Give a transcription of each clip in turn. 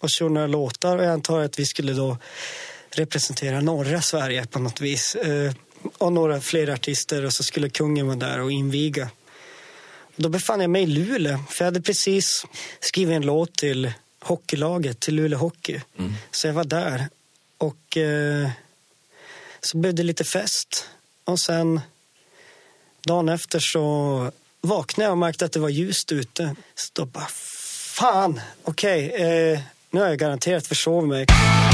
och köra några låtar. Och jag antar att vi skulle då representera norra Sverige på något vis. Och några fler artister, och så skulle kungen vara där och inviga. Då befann jag mig i Luleå, för jag hade precis skrivit en låt till hockeylaget, till Luleå Hockey. Så jag var där. Och så blev det lite fest. Och sen dagen efter så vaknade jag och märkte att det var ljust ute. Så då bara, fan, okej, nu har jag garanterat försovit mig.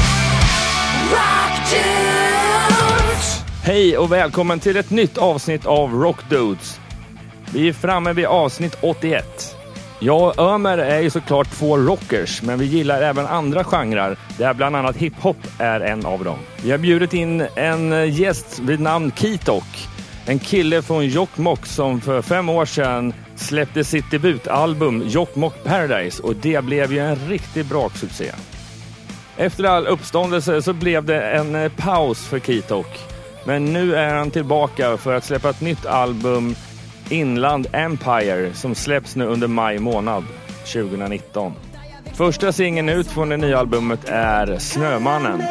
Hej och välkommen till ett nytt avsnitt av Rock Dudes. Vi är framme vid avsnitt 81. Jag och Ömer är ju såklart två rockers, men vi gillar även andra genrer, där bland annat hiphop är en av dem. Vi har bjudit in en gäst vid namn Keatok, en kille från Jokkmokk som för 5 år sedan släppte sitt debutalbum Jokkmokk Paradise, och det blev ju en riktigt bra succé. Efter all uppståndelse så blev det en paus för Keatok, men nu är han tillbaka för att släppa ett nytt album, Inland Empire, som släpps nu under maj månad 2019. Första singeln ut från det nya albumet är Snömannen.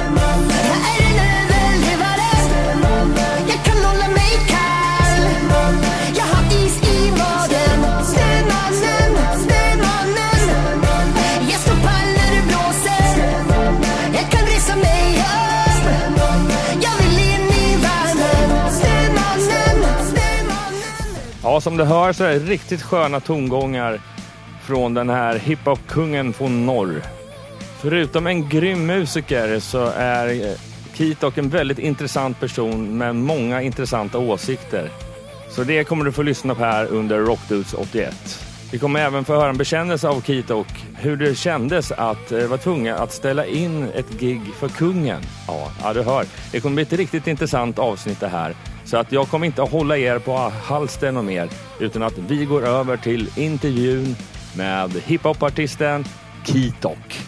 Ja, som det hör så är det riktigt sköna tongångar från den här hiphop-kungen från norr. Förutom en grym musiker så är Keatok en väldigt intressant person med många intressanta åsikter. Så det kommer du få lyssna på här under Rock Dudes 81. Vi kommer även få höra en bekännelse av Keatok, hur det kändes att vara tvungen att ställa in ett gig för kungen. Ja, du hör. Det kommer bli ett riktigt intressant avsnitt det här. Så att jag kommer inte att hålla er på halsten och mer, utan att vi går över till intervjun med hiphopartisten Keatok.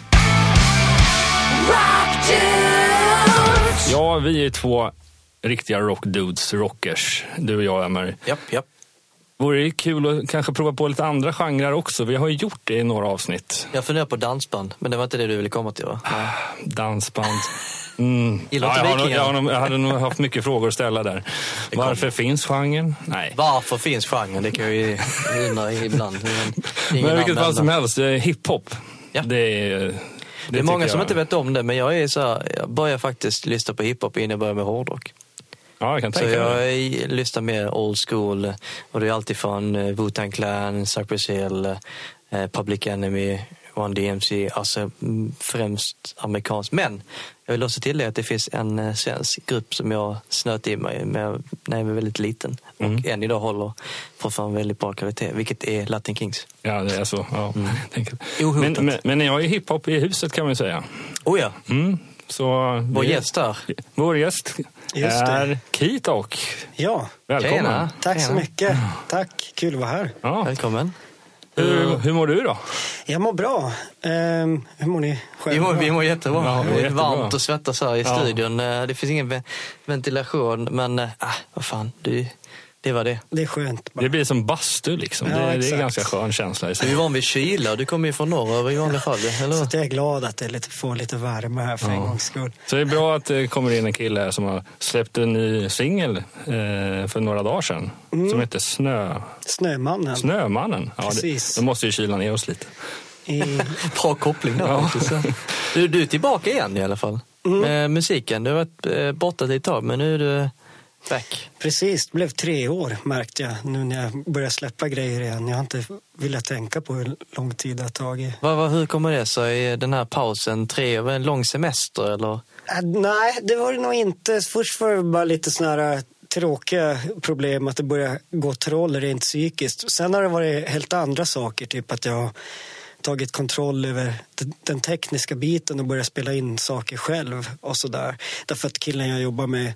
Ja, vi är 2 riktiga rockdudes, rockers. Du och jag, Ömer. Japp. Vore det kul att kanske prova på lite andra genrer också. Vi har ju gjort det i några avsnitt. Jag funderar på dansband, men det var inte det du ville komma till, va? Dansband. Jag hade nog haft mycket frågor att ställa där. Varför finns genren? Nej. Varför finns genren? Det kan jag ju undra ibland. Men i vilket fall som helst, hiphop. Ja. Det är många som inte vet om det, men jag börjar faktiskt lyssna på hiphop innan jag börjar med hårdrock. Ja, jag kan tänka så jag lyssnar mer old school, och det är alltid från Wu-Tang Clan, Cypress Hill, Public Enemy, Run DMC, alltså främst amerikansk. Men jag vill också tillägga att det finns en svensk grupp som jag snöt i mig med när jag var väldigt liten. Och än idag håller på en väldigt bra kvalitet, vilket är Latin Kings. Ja, det är så. Ja, men ni har ju hiphop i huset, kan man säga. Oh ja. Så vår gäst är Keatok. Ja. Välkommen. Tjena. Tack så mycket. Tack, kul att vara här. Ja. Välkommen. Hur mår du då? Jag mår bra. Hur mår ni själva? Vi mår jättebra. Ja, det är varmt och svettas här i studion. Det finns ingen ventilation, men vad fan, det var det. Det är skönt. Det blir som bastu liksom. Ja, det är en ganska skön känsla. Vi var vid kyla, du kommer ju från norr i vanliga fall, eller? Så jag är glad att det får lite värme här för en gångs skull. Så det är bra att det kommer in en kille här som har släppt en ny singel för några dagar sedan. Som heter Snömannen. Snömannen. Ja, precis. det måste ju kyla ner oss lite. Bra koppling då. Ja. Du är tillbaka igen i alla fall. Musiken, du har varit borta ett tag, men nu är du back. Precis, det blev 3 år märkte jag nu när jag började släppa grejer igen. Jag har inte velat tänka på hur lång tid det har tagit. Hur kommer det sig, den här pausen? 3 år, en lång semester eller? Nej, det var det nog inte. Först var det bara lite såna här tråkiga problem att det började gå troll rent psykiskt. Sen har det varit helt andra saker, typ att jag har tagit kontroll över den tekniska biten och börjat spela in saker själv och sådär. Därför att killen jag jobbar med,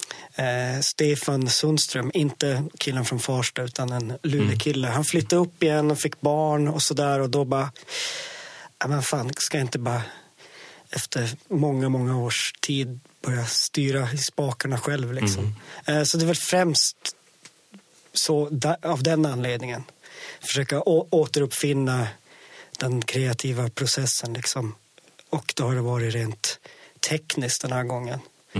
Stefan Sundström, inte killen från Farsta utan en Luleå-kille. Han flyttade upp igen och fick barn och sådär, och då bara, men fan, ska jag inte bara efter många års tid börja styra i spakarna själv liksom. Så det är väl främst så av den anledningen försöka återuppfinna den kreativa processen liksom. och då har det varit rent tekniskt den här gången.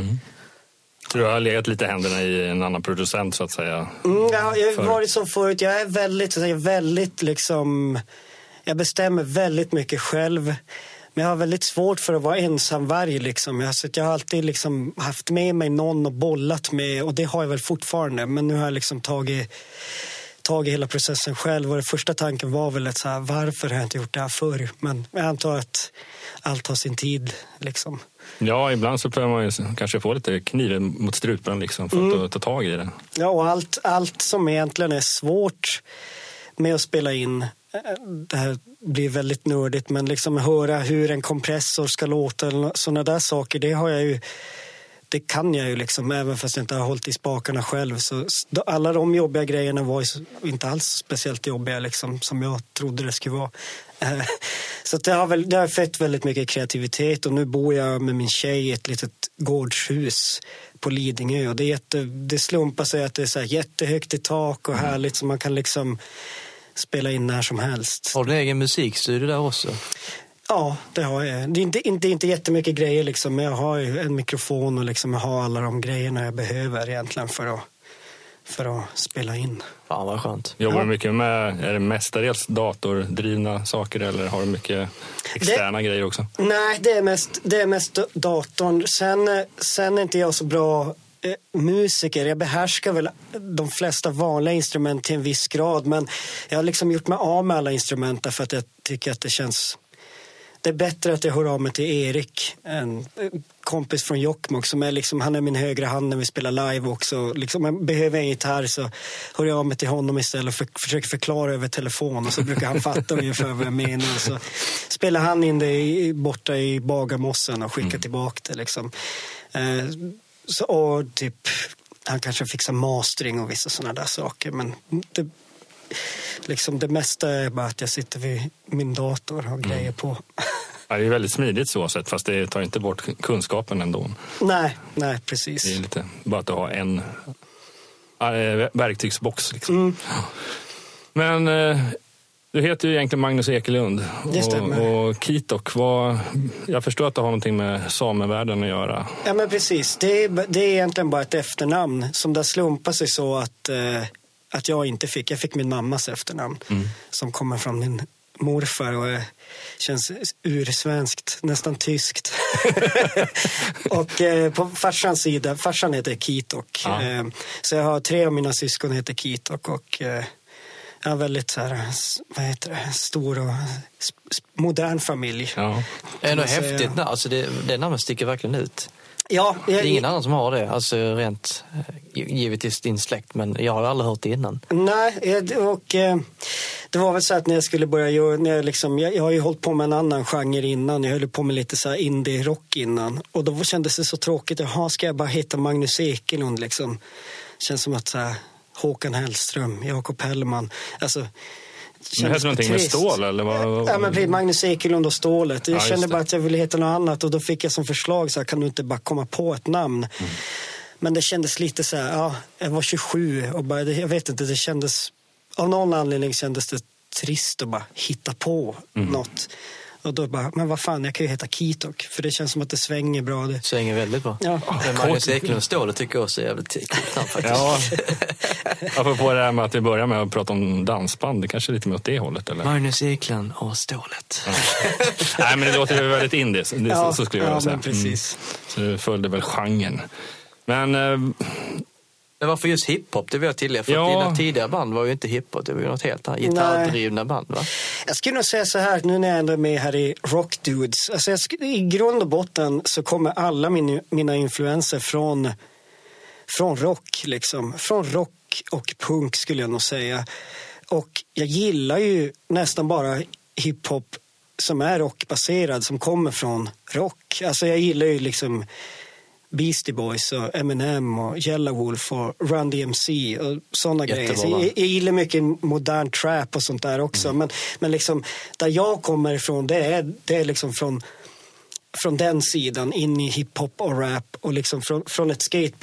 Så du har legat lite händerna i en annan producent så att säga? Ja, jag har varit som förut. Jag är väldigt liksom... Jag bestämmer väldigt mycket själv. Men jag har väldigt svårt för att vara ensamvarg liksom. Så jag har alltid liksom haft med mig någon och bollat med, och det har jag väl fortfarande. Men nu har jag liksom tagit hela processen själv, och den första tanken var väl att så här, varför har jag inte gjort det här förr? Men jag antar att allt har sin tid liksom. Ja, ibland så behöver man ju kanske få lite kniven mot strupen liksom, för att ta tag i det. Ja, och allt som egentligen är svårt med att spela in, det här blir väldigt nördigt, men liksom höra hur en kompressor ska låta eller sådana där saker, det kan jag ju liksom, även fast jag inte har hållit i spakarna själv. Så alla de jobbiga grejerna var ju inte alls speciellt jobbiga liksom, som jag trodde det skulle vara. Så det har fått väldigt mycket kreativitet, och nu bor jag med min tjej i ett litet gårdshus på Lidingö, och det slumpar sig att det är så här jättehögt i tak och härligt, så man kan liksom spela in när som helst. Har du en egen musikstudio där också? Ja, det har jag. Det är inte jättemycket grejer liksom, men jag har ju en mikrofon och liksom jag har alla de grejerna jag behöver egentligen för att spela in. Ja, vad skönt. Jobbar du mycket med, är det mestadels datordrivna saker eller har du mycket externa grejer också? Nej, det är mest datorn. Sen är inte jag så bra musiker. Jag behärskar väl de flesta vanliga instrument till en viss grad, men jag har liksom gjort mig av med alla instrument för att jag tycker att det är bättre att jag hör av mig till Erik, en kompis från Jokkmokk som är liksom, han är min högra hand när vi spelar live också. Liksom, om jag behöver en gitarr så hör jag av mig till honom istället och försöker förklara över telefon, och så brukar han fatta ungefär vad jag menar. Så spelar han in det borta i Bagarmossen och skickar tillbaka det liksom. Så, och typ, han kanske fixar mastering och vissa sådana där saker, men det mesta är bara att jag sitter vid min dator och har grejer på. Ja, det är väldigt smidigt så sätt, fast det tar inte bort kunskapen ändå. Nej, precis. Det är lite bara att ha en verktygsbox liksom. Men du heter ju egentligen Magnus Ekelund. Det stämmer. Och Kitok, jag förstår att det har någonting med samevärlden att göra. Ja, men precis. Det är egentligen bara ett efternamn som där slumpar sig så att jag inte fick. Jag fick min mammas efternamn som kommer från min morfar och känns ursvenskt, nästan tyskt. Och på farsans sida, farsan heter Kitok. Ja. Så jag har 3 av mina syskon heter Kitok, och jag har väldigt så här, stor och modern familj. Ja. Det är ändå häftigt. Alltså det namnet sticker verkligen ut. Ja, det är ingen annan som har det, alltså rent givetvis din släkt, men jag har aldrig hört det innan. Nej, och det var väl så att när jag skulle börja göra, jag har ju hållit på med en annan genre innan, jag höll på med lite så här indie-rock innan, och då kändes det så tråkigt, ska jag bara heta Magnus Ekelund liksom. Känns som att så här, Håkan Hellström, Jakob Hellman, alltså. Det heter någonting med stål eller vad? Ja, men Magnus Ekelund och stålet. Jag kände bara att jag ville heta något annat, och då fick jag som förslag så här, kan du inte bara komma på ett namn? Men det kändes lite så här, jag var 27 och bara, jag vet inte, det kändes, av någon anledning kändes det trist att bara hitta på något. Och då bara, men vad fan, jag kan ju heta Kitok, för det känns som att det svänger bra. Det svänger väldigt bra. Ja. Men Magnus Ekelund och stålet tycker jag också är jävligt kul faktiskt. Ja, jag får på det här med att vi börjar med att prata om dansband, det kanske är lite mer åt det hållet, eller? Magnus Ekelund och stålet. Ja. Nej, men det låter ju väldigt indiskt, så skulle jag vilja säga. Men precis. Så det följde väl genren. Men varför just hiphop? Det vill jag tillägga, för dina tidigare band var ju inte hiphop, det var ju något helt annat, gitarrdrivna band, va? Jag skulle nog säga så här, nu när jag ändå är med här i Rock Dudes, alltså i grund och botten så kommer alla mina influenser från rock liksom, från rock och punk skulle jag nog säga. Och jag gillar ju nästan bara hiphop som är rockbaserad, som kommer från rock. Alltså jag gillar ju liksom Beastie Boys och Eminem och Yelawolf och Run DMC och sådana grejer. Så jag gillar mycket modern trap och sånt där också. Men liksom, där jag kommer ifrån, det är liksom från den sidan in i hiphop och rap, och liksom från ett skateboard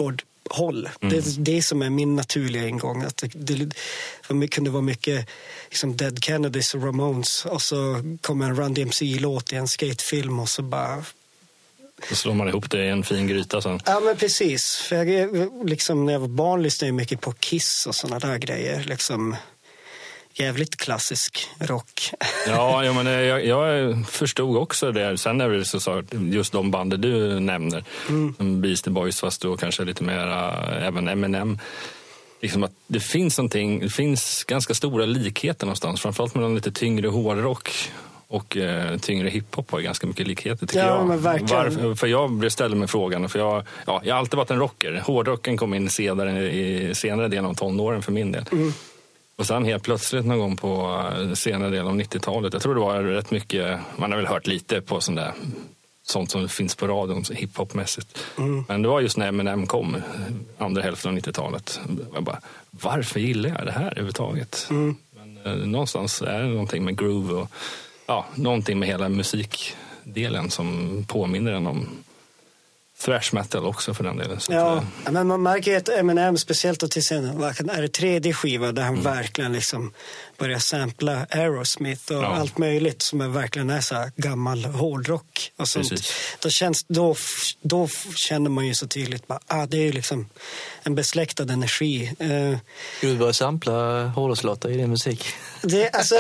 håll. Det är det som är min naturliga ingång. Att det kunde vara mycket liksom Dead Kennedys och Ramones och så kommer en Run DMC-låt i en skatefilm och så bara... Så slår man ihop det i en fin gryta sen. Ja, men precis. För liksom, när jag var barn lyssnade jag mycket på Kiss och såna där grejer. Liksom jävligt klassisk rock. Ja, men jag förstod också det. Sen är det så just de bandet du nämner. Beastie Boys, fast då kanske lite mer även Eminem. Liksom att det finns någonting, det finns ganska stora likheter någonstans. Framförallt med en lite tyngre hårdrock och tyngre hiphop har ganska mycket likheter tycker jag. Men verkligen. För jag ställde mig frågan, för jag har alltid varit en rocker. Hårdrocken kom in senare delen av tonåren för min del. Och sen helt plötsligt någon gång på senare delen av 90-talet, jag tror det var rätt mycket, man har väl hört lite på sånt som finns på radion hiphopmässigt. Men det var just när Eminem kom, andra hälften av 90-talet. Jag bara, varför gillar jag det här överhuvudtaget? Men någonstans är det någonting med groove och någonting med hela musikdelen som påminner en om thrash metal också för den delen. Så men man märker ju att Eminem, speciellt då till sen är det tredje skiva där han verkligen liksom börjar sampla Aerosmith och allt möjligt som är verkligen är så här gammal hårdrock och sånt. Då känner man ju så tydligt bara, det är ju liksom en besläktad energi. Du börjar sampla hårdrockslåtar i din musik. Det alltså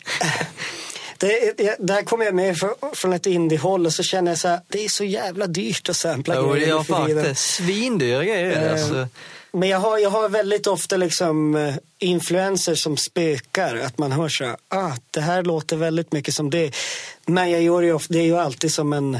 där kommer jag med från ett indie-håll och så känner jag så här, det är så jävla dyrt att sampla grejer. Ja, faktiskt. Svindyra grejer. Alltså. Men jag har väldigt ofta liksom influenser som spökar. Att man hör så här, det här låter väldigt mycket som det. Men jag gör ju ofta, det är ju alltid som en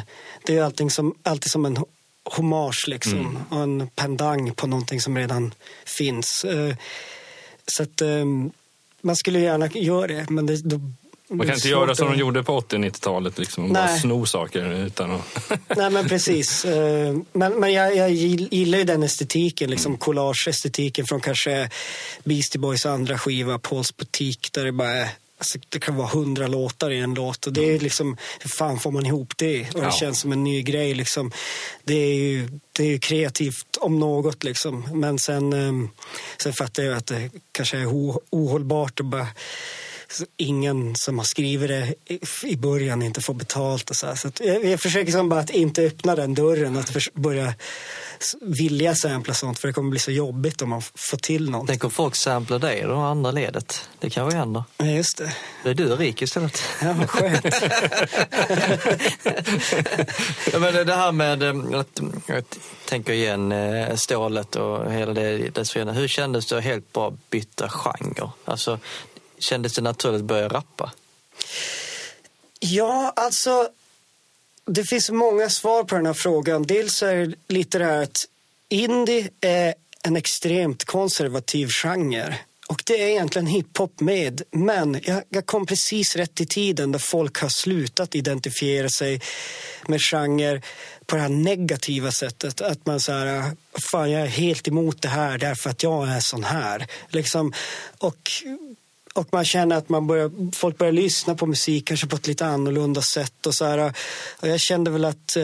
hommage liksom. Och en pendang på någonting som redan finns. Så att man skulle gärna göra det, men man kan inte göra som de gjorde på 80-90-talet liksom, bara sno saker utan att... Nej, men precis. Men jag gillar ju den estetiken, liksom collage-estetiken från kanske Beastie Boys andra skiva, Pauls butik, där det bara är, alltså, det kan vara 100 låtar i en låt och det är liksom, hur fan får man ihop det? Och det känns som en ny grej liksom. Det är ju kreativt om något liksom. Men sen fattar jag att det kanske är ohållbart och bara ingen som har skrivit det i början inte får betalt och så här. Så att jag försöker som bara att inte öppna den dörren, att börja vilja sampla sånt, för det kommer bli så jobbigt om man får till något. Tänk om folk samplar dig då, andra ledet. Det kan vara händer. Ja, just det. Det är du rik istället. Ja, vad skönt. Men det här med att tänka igen stålet och hela det dessförinnan. Hur kändes det att helt bara byta genre? Alltså, kändes det naturligt att börja rappa? Ja, alltså det finns många svar på den här frågan. Dels är det lite det här att indie är en extremt konservativ genre. Och det är egentligen hiphop med. Men jag kom precis rätt i tiden där folk har slutat identifiera sig med genre på det här negativa sättet. Att man så här, fan jag är helt emot det här därför att jag är sån här. Liksom, och man känner att folk börjar lyssna på musik kanske på ett lite annorlunda sätt och så här. Och jag kände väl att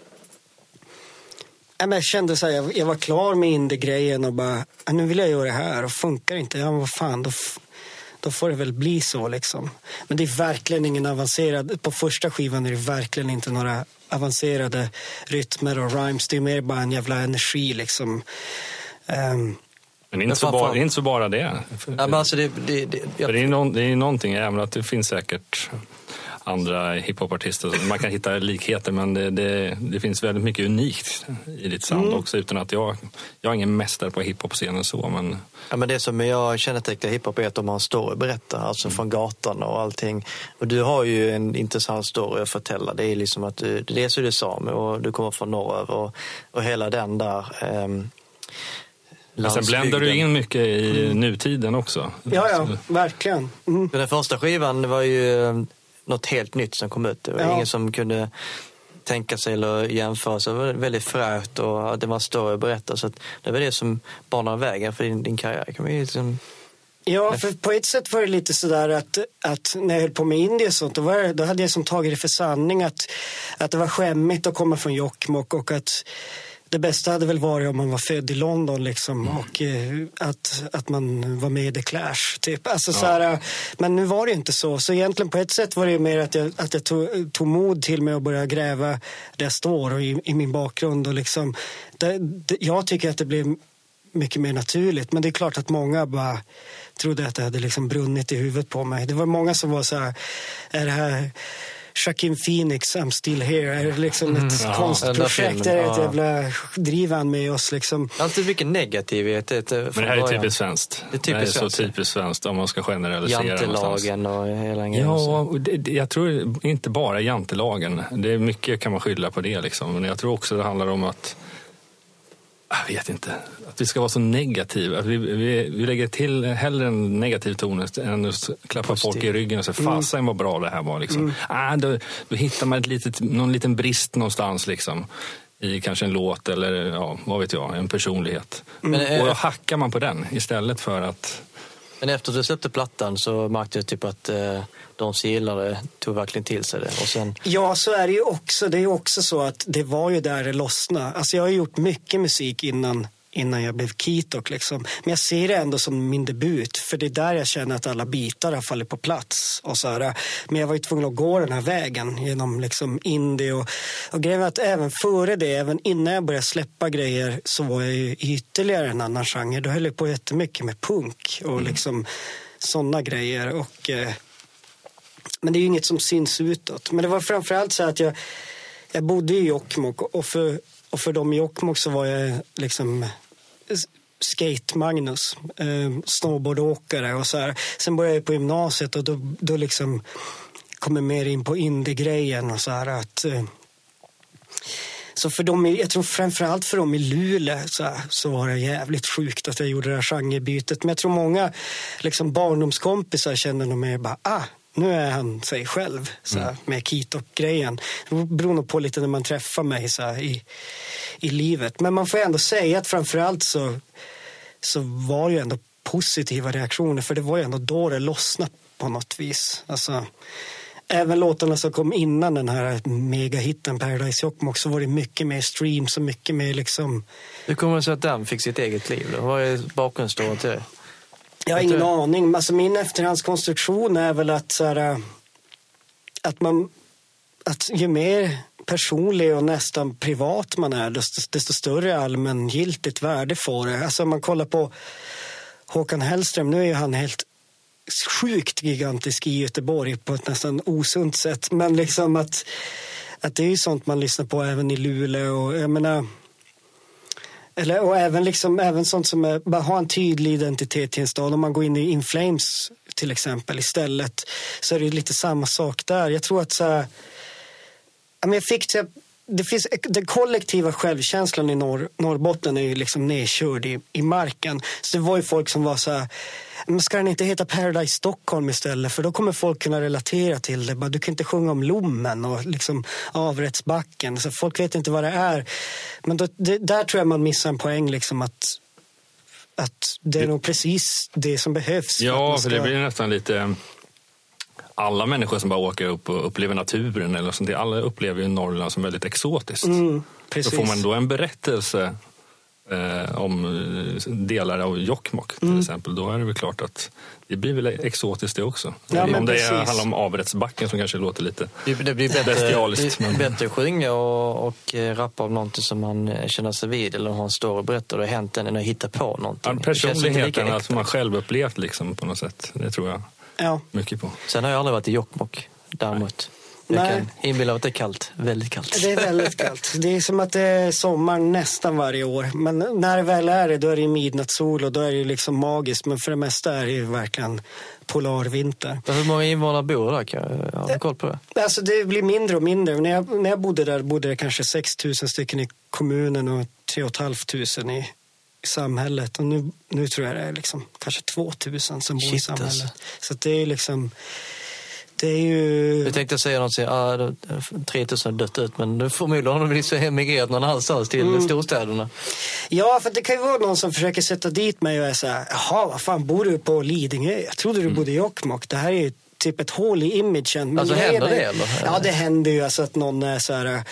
jag kände så här, jag var klar med indie-grejen och bara, nu vill jag göra det här och funkar inte, ja vad fan, då får det väl bli så liksom. Men det är verkligen ingen avancerad, på första skivan är det verkligen inte några avancerade rytmer och rhymes, det är mer bara en jävla energi liksom. Men inte så bara det. Ja, men alltså det är någonting, även att det finns säkert andra hiphopartister. Man kan hitta likheter, men det finns väldigt mycket unikt i ditt sound också, utan att jag är ingen mästare på hiphop-scenen så, men... Ja, men det som jag kännetecknar hiphop är att de har en story att berätta, alltså från gatan och allting. Och du har ju en intressant story att förtälla. Det är liksom att det är så du sa, och du kommer från norröver och hela den där... Men sen bländar du in mycket i nutiden också. Ja, verkligen. Den första skivan var ju något helt nytt som kom ut. Det var ingen som kunde tänka sig eller jämföra sig. Det var väldigt fräscht och det var större att berätta. Så att det var det som banade vägen för din karriär. Kan man ju liksom... Ja, för på ett sätt var det lite sådär att när jag höll på med indie och sånt, då hade jag som tagit det för sanning att det var skämmigt att komma från Jokkmokk och att det bästa hade väl varit om man var född i London liksom, och att man var med i The Clash typ. Alltså, så här, men nu var det inte så. Så egentligen på ett sätt var det mer att jag tog mod till mig att börja gräva där jag står och i min bakgrund. Och liksom, jag tycker att det blev mycket mer naturligt. Men det är klart att många bara trodde att det hade liksom brunnit i huvudet på mig. Det var många som var så här, är det här Joaquin Phoenix, I'm still here, är det liksom ett konstprojekt, är det ett jävla drivan med oss liksom. Alltid mycket negativitet. Men det här är typiskt svenskt. Det är så typiskt svenskt om man ska generalisera. Jantelagen och hela grejen. Ja, och jag tror inte bara jantelagen. Det är mycket kan man skylla på det liksom. Men jag tror också det handlar om att jag vet inte, att vi ska vara så negativa. Att vi lägger till hellre en negativ ton än att klappa folk i ryggen och säga fasen vad bra det här var. Liksom. Då hittar man någon liten brist någonstans liksom, i kanske en låt eller vad vet jag, en personlighet. Och då hackar man på den istället för att... Men efter du släppte plattan så märkte jag typ att de som gillade tog verkligen till sig det. Och sen... Ja, så är det ju också. Det är ju också så att det var ju där det lossnade. Alltså jag har gjort mycket musik innan jag blev Keatok liksom. Men jag ser det ändå som min debut. För det är där jag känner att alla bitar har fallit på plats. Och så här. Men jag var ju tvungen att gå den här vägen genom liksom indie. Och grejen var att även före det, även innan jag började släppa grejer, så var jag ju ytterligare en annan genre. Då höll jag på jättemycket med punk och liksom sådana grejer. Och... men det är ju inget som syns utåt. Men det var framförallt så att jag bodde i Jokkmokk och för dem i Jokkmokk så var jag liksom skate-Magnus, snowboardåkare och så här. Sen började jag på gymnasiet och då liksom kom jag mer in på indie-grejen och så här att... Så för dem, jag tror framförallt för dem i Luleå så var det jävligt sjukt att jag gjorde det här genrebytet. Men jag tror många liksom barndomskompisar kände nog mer bara, nu är han sig själv så här, med Keatok-grejen. Det beror nog på lite när man träffar mig så här, i livet. Men man får ändå säga att framförallt så var ju ändå positiva reaktioner. För det var ju ändå då det lossnade på något vis. Alltså... Även låtarna som kom innan den här megahitten Paradise Jokkmokk så var det mycket mer streams och mycket mer liksom... Hur kommer det sig att den fick sitt eget liv då? Vad är bakgrundsstående till det? Jag har ingen aning. Alltså min efterhandskonstruktion är väl att så här, att ju mer personlig och nästan privat man är, desto större allmängiltigt värde får det. Alltså om man kollar på Håkan Hellström, nu är ju han helt sjukt gigantisk i Göteborg på ett nästan osunt sätt, men liksom att det är ju sånt man lyssnar på även i Luleå och jag menar och även sånt som bara har en tydlig identitet till en stad. Om man går in i In Flames till exempel istället så är det lite samma sak där. Jag tror att så här, det finns den kollektiva självkänslan i Norrbotten är ju liksom nedkörd i marken. Så det var ju folk som var så här, men ska den inte heta Paradise Stockholm istället? För då kommer folk kunna relatera till det. Du kan inte sjunga om Lommen och liksom Avrättsbacken. Så folk vet inte vad det är. Men där tror jag man missar en poäng liksom att det är nog precis det som behövs. Ja, för det blir nästan lite... Alla människor som bara åker upp och upplever naturen eller sånt, alla upplever ju Norrland som väldigt exotiskt. Så får man då en berättelse om delar av Jokkmokk till exempel, då är det väl klart att det blir väl exotiskt det också. Ja, om det handlar om Avrättsbacken som kanske låter lite det blir bestialiskt. Men... bättre att sjunga och rappa om någonting som man känner sig vid eller har en story berättare och hänt den än att hitta på någonting. Ja, personligheten som man själv upplevt liksom, på något sätt, det tror jag mycket på. Sen har jag aldrig varit i Jokkmokk däremot. Jag kan inbilla att det är kallt, väldigt kallt. Det är väldigt kallt. Det är som att det är sommar nästan varje år. Men när det väl är det, då är det midnattssol och då är det liksom magiskt. Men för det mesta är det ju verkligen polarvinter. Hur många invånare bor där? Kan jag ha koll på det? Alltså det blir mindre och mindre. När jag bodde där bodde det kanske 6 000 stycken i kommunen och 3 500 i samhället. Och nu tror jag det är liksom kanske 2 000 som bor i samhället. Alltså. Så det är liksom... Det är ju... Jag tänkte säga något, 3000 dött ut, men förmodligen har de blivit så emigrerat någon annanstans till storstäderna. Ja, för det kan ju vara någon som försöker sätta dit mig och är så här, jaha, vad fan, bor du på Lidingö? Jag trodde du bodde i Jokkmokk. Det här är ju typ ett hål i imagen. Men alltså händer det eller? Ja, det händer ju alltså att någon är så här...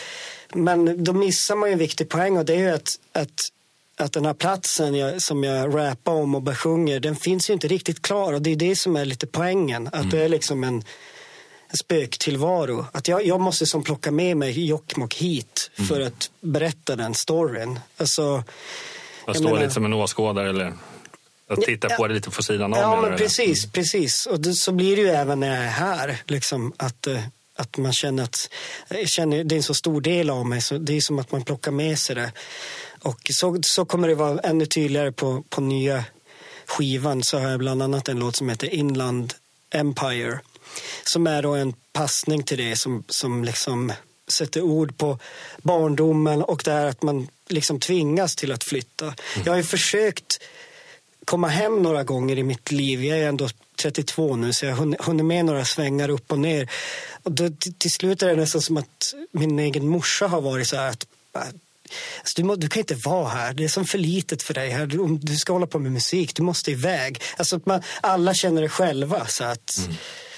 Men då missar man ju en viktig poäng, och det är ju att den här platsen som jag rappar om och besjunger, den finns ju inte riktigt klar, och det är det som är lite poängen. Att det är liksom en spöktillvaro. Att jag måste som plocka med mig Jokkmokk hit för att berätta den storyn. Alltså, jag står lite som en åskådare eller att titta på det lite på sidan av. Ja, men precis. Och så blir det ju även när jag är här. Liksom, att man känner att det är en så stor del av mig. Så det är som att man plockar med sig det. Och så kommer det vara ännu tydligare på nya skivan. Så har jag bland annat en låt som heter Inland Empire. Som är då en passning till det som liksom sätter ord på barndomen och det här att man liksom tvingas till att flytta. Jag har ju försökt komma hem några gånger i mitt liv. Jag är ändå 32 nu, så jag har hunnit med några svängar upp och ner. Och då, till slut är det nästan som att min egen morsa har varit så här att alltså, du kan inte vara här. Det är som för litet för dig här. Om du ska hålla på med musik, du måste iväg. Alltså att alla känner det själva, så att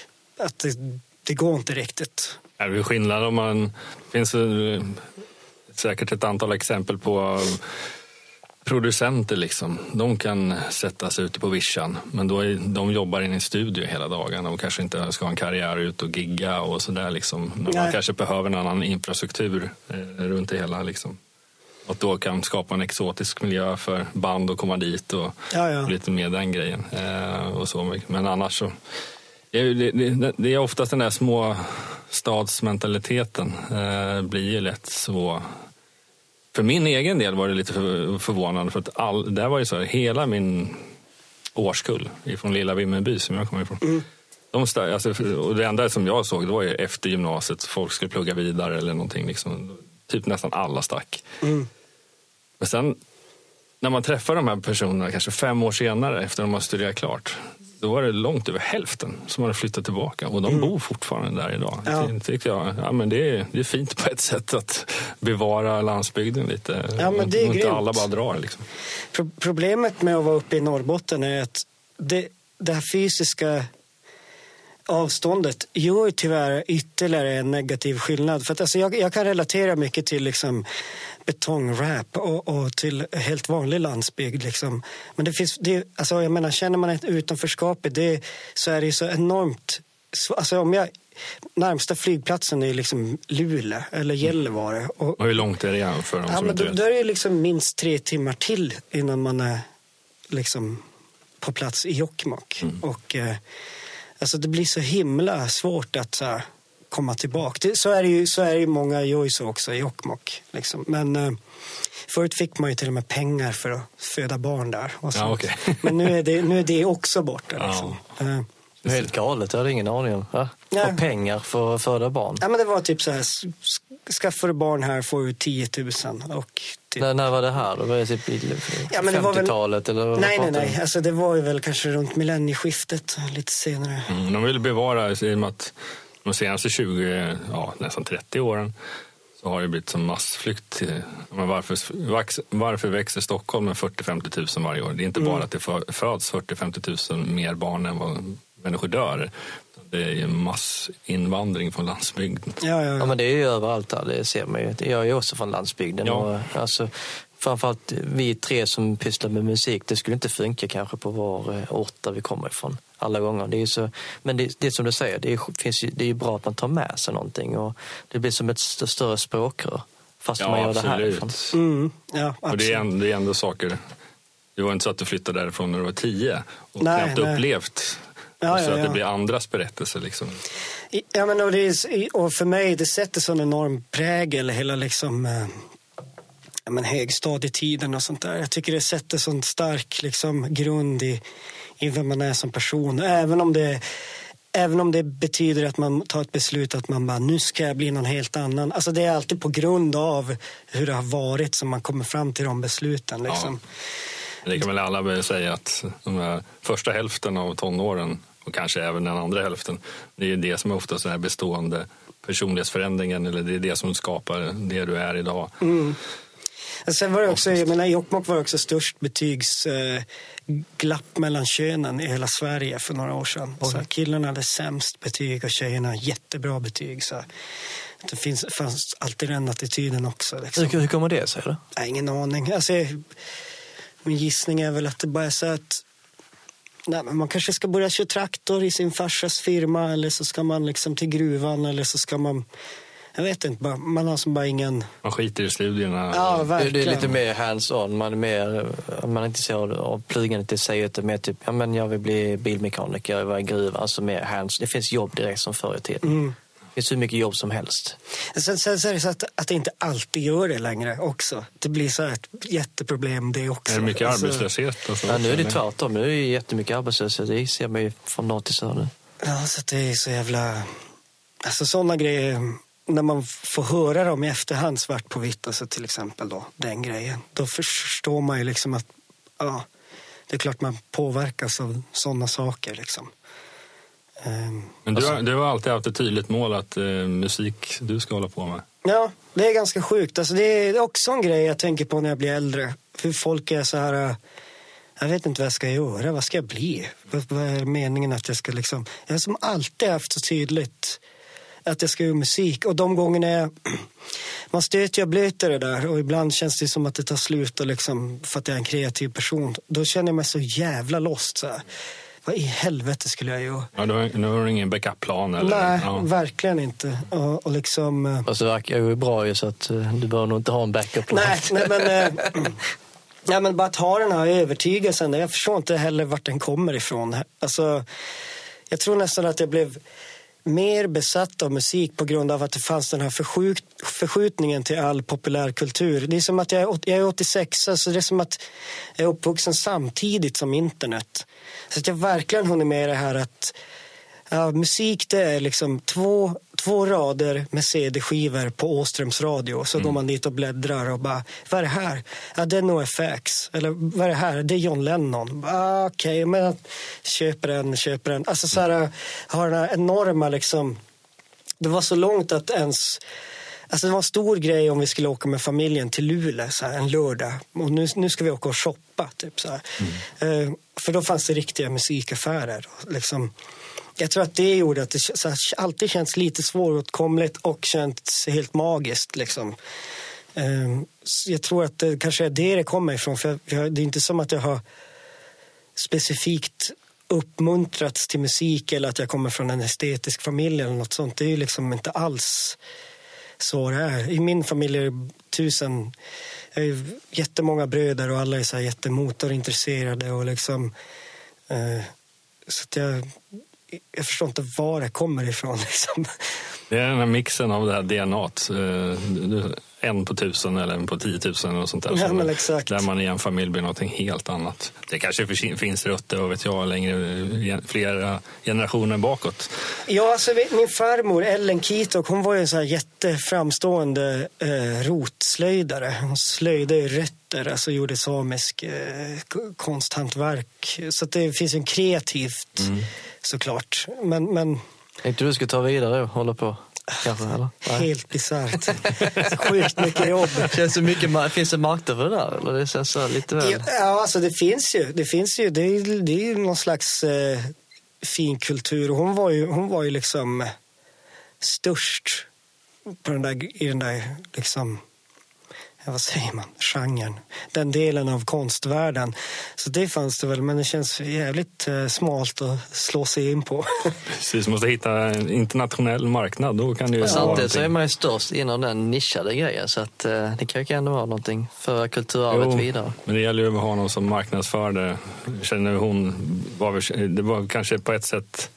det går inte riktigt. Det är skillnad om man... Det finns säkert ett antal exempel på producenter liksom. De kan sätta sig ute på vischan, men de jobbar i en studio hela dagen och kanske inte ska ha en karriär ut och gigga och sådär liksom. Men man kanske behöver en annan infrastruktur runt det hela liksom. Och då kan skapa en exotisk miljö för band och komma dit och lite mer den grejen och så. Men annars så det är oftast den där små stadsmentaliteten blir ju lätt så. För min egen del var det lite förvånande, för att där var ju så här, hela min årskull från lilla Vimmerby som jag kommer ifrån. Och det enda som jag såg, det var ju efter gymnasiet, folk skulle plugga vidare eller någonting liksom. Typ nästan alla stack. Men sen när man träffar de här personerna kanske 5 år senare efter de har studerat klart, då var det långt över hälften som hade flyttat tillbaka. Och de bor fortfarande där idag. Ja. Det tyckte jag, men det är fint på ett sätt att bevara landsbygden lite. Ja, men det är inte alla bara drar liksom. Problemet med att vara uppe i Norrbotten är att det här fysiska avståndet gör tyvärr ytterligare en negativ skillnad. För att alltså, jag kan relatera mycket till liksom betongrap och till helt vanlig landsbygd liksom. Men alltså jag menar, känner man ett utanförskap så är det så enormt. Alltså närmsta flygplatsen är liksom Luleå eller Gällivare. Och hur långt är det för dem som inte vet? Då är det liksom minst 3 timmar till innan man är liksom på plats i Jokkmokk. Och alltså det blir så himla svårt att så här, komma tillbaka. Så är det ju många gör ju så också i Jokkmokk liksom. Men förut fick man ju till och med pengar för att föda barn där och så. Okay. Men nu är det också borta liksom. Det är helt galet, jag hade ingen aning om. Ja. Och pengar för att föda barn. Ja, men det var typ så här, skaffar du barn här får du 10 000 och typ... När var det här? Då var det typ 50-talet eller? Nej. Alltså det var ju väl kanske runt millennieskiftet, lite senare. De vill bevara, i och med att de senaste 20, nästan 30 åren så har det blivit som massflykt till, men varför växer Stockholm med 40-50 000 varje år? Det är inte bara att det föds 40-50 000 mer barn än vad människor dör. Det är ju massinvandring från landsbygden. Ja, men det är ju överallt här, det ser man ju. Jag är ju också från landsbygden. Ja. Och, alltså, framförallt vi 3 som pysslar med musik, det skulle inte funka kanske på var ort där vi kommer ifrån alla gånger. Det är så, men det är som du säger, det är ju bra att man tar med sig någonting och det blir som ett större språkrör fast man gör det härifrån. Och det är ändå saker. Det var inte så att du flyttade därifrån när du var 10 och knappt upplevt. Så att det blir andras berättelser liksom. Ja, men och för mig det sätter sån enorm prägel hela liksom högstadietiden och sånt där. Jag tycker det sätter sån stark liksom grund i vem man är som person. Även om det betyder att man tar ett beslut att man bara, nu ska jag bli någon helt annan. Alltså det är alltid på grund av hur det har varit som man kommer fram till de besluten liksom. Det kan väl alla börja säga att de här första hälften av tonåren och kanske även den andra hälften, det är ju det som är ofta så här bestående personlighetsförändringen, eller det är det som skapar det du är idag. Sen var det också, jag menar, Jokkmokk var också störst betygsglapp mellan könen i hela Sverige för några år sedan. Så killarna hade sämst betyg och tjejerna jättebra betyg. Så Det fanns alltid den attityden också. Liksom. Hur kommer det sig då? Nej, ingen aning. Alltså, min gissning är väl att det bara är så att men man kanske ska börja köra traktor i sin farsas firma, eller så ska man liksom till gruvan, eller så ska man, jag vet inte, man har som bara ingen... Man skiter i studierna. Ja, verkligen. Det är lite mer hands-on. Man är inte så av pluggande i sig, utan mer typ, ja men jag vill bli bilmekaniker, jag vill vara i gruvan, alltså mer hands. Det finns jobb direkt som förr i tiden. Det finns hur mycket jobb som helst. Sen är det så att det inte alltid gör det längre också. Det blir så ett jätteproblem det också. Är det mycket arbetslöshet? Och så, ja, nu är det tvärtom. Nu är det jättemycket arbetslöshet. Det ser man ju från norr till söder. Ja, så det är så jävla... Alltså sådana grejer, när man får höra dem i efterhand svart på vitt, alltså till exempel då, den grejen. Då förstår man ju liksom att ja, det är klart man påverkas av sådana saker liksom. Men du har alltid haft ett tydligt mål att musik du ska hålla på med. Ja, det är ganska sjukt. Alltså, det är också en grej jag tänker på när jag blir äldre. För folk är så här, jag vet inte vad jag ska göra, vad ska jag bli? Vad är meningen att jag ska liksom... Jag har som alltid haft så tydligt att jag ska göra musik. Och de gångerna man stöter och blöter det där, och ibland känns det som att det tar slut och liksom, för att jag är en kreativ person. Då känner jag mig så jävla lost så här. Vad i helvete skulle jag göra? Ja, nu har du ingen backup-plan eller? Nej, ja. verkligen inte. Och liksom... Alltså det verkar ju bra ju, så att du bör nog inte ha en backup-plan. Nej, men bara att ha den här övertygelsen. Jag förstår inte heller vart den kommer ifrån. Alltså, jag tror nästan att jag blev mer besatt av musik på grund av att det fanns den här förskjutningen till all populärkultur. Det är som att jag är 86, så det är som att jag är uppvuxen samtidigt som internet. Så att jag verkligen hunnit med det här att musik, det är liksom två rader med CD-skivor på Åströms radio. Så går man dit och bläddrar och bara, vad är det här? Ja, det är NoFX. Eller vad är det här? Det är John Lennon. Okej, men köper den. Alltså så här, har den här enorma liksom... Det var så långt att ens... Alltså det var en stor grej om vi skulle åka med familjen till Luleå så här, en lördag. Och nu ska vi åka och shoppa, typ så här. För då fanns det riktiga musikaffärer. Liksom. Jag tror att det gjorde att det så här, alltid känns lite svåråtkomligt och känts helt magiskt. Liksom. Jag tror att det kanske är det kommer ifrån. För det är inte som att jag har specifikt uppmuntrats till musik eller att jag kommer från en estetisk familj eller något sånt. Det är ju liksom inte alls så det är. I min familj är det jättemånga bröder och alla är så här jättemotorintresserade och liksom så att jag förstår inte var det kommer ifrån liksom. Det är den här mixen av det här DNAt. En på 1000 eller en på 10 000 och sånt där. Ja, men exakt. Där man i en familj blir något helt annat. Det kanske finns rötter och vet jag längre, flera generationer bakåt. Ja, alltså min farmor Ellen Kitok, hon var ju en så här jätteframstående rotslöjdare. Hon slöjde i rötter, alltså gjorde samisk konsthantverk. Så att det finns en kreativt såklart. Men Tänkte du ska ta vidare och hålla på? Kanske, eller? Helt bisarrt. Sjukt mycket jobb. Finns det marknad för det där? Eller det känns så lite väl... Ja, alltså det finns ju. Det är ju någon slags fin kultur. Och hon var ju liksom störst på i den där liksom... vad säger man? Genren. Den delen av konstvärlden. Så det fanns det väl, men det känns jävligt smalt att slå sig in på. Precis, måste hitta en internationell marknad. Då kan det ju samtidigt så är man ju störst inom den nischade grejen. Så att det kan ju ändå vara någonting för kulturarvet vidare. Men det gäller ju att ha någon som marknadsför det. Känner hon, det var kanske på ett sätt...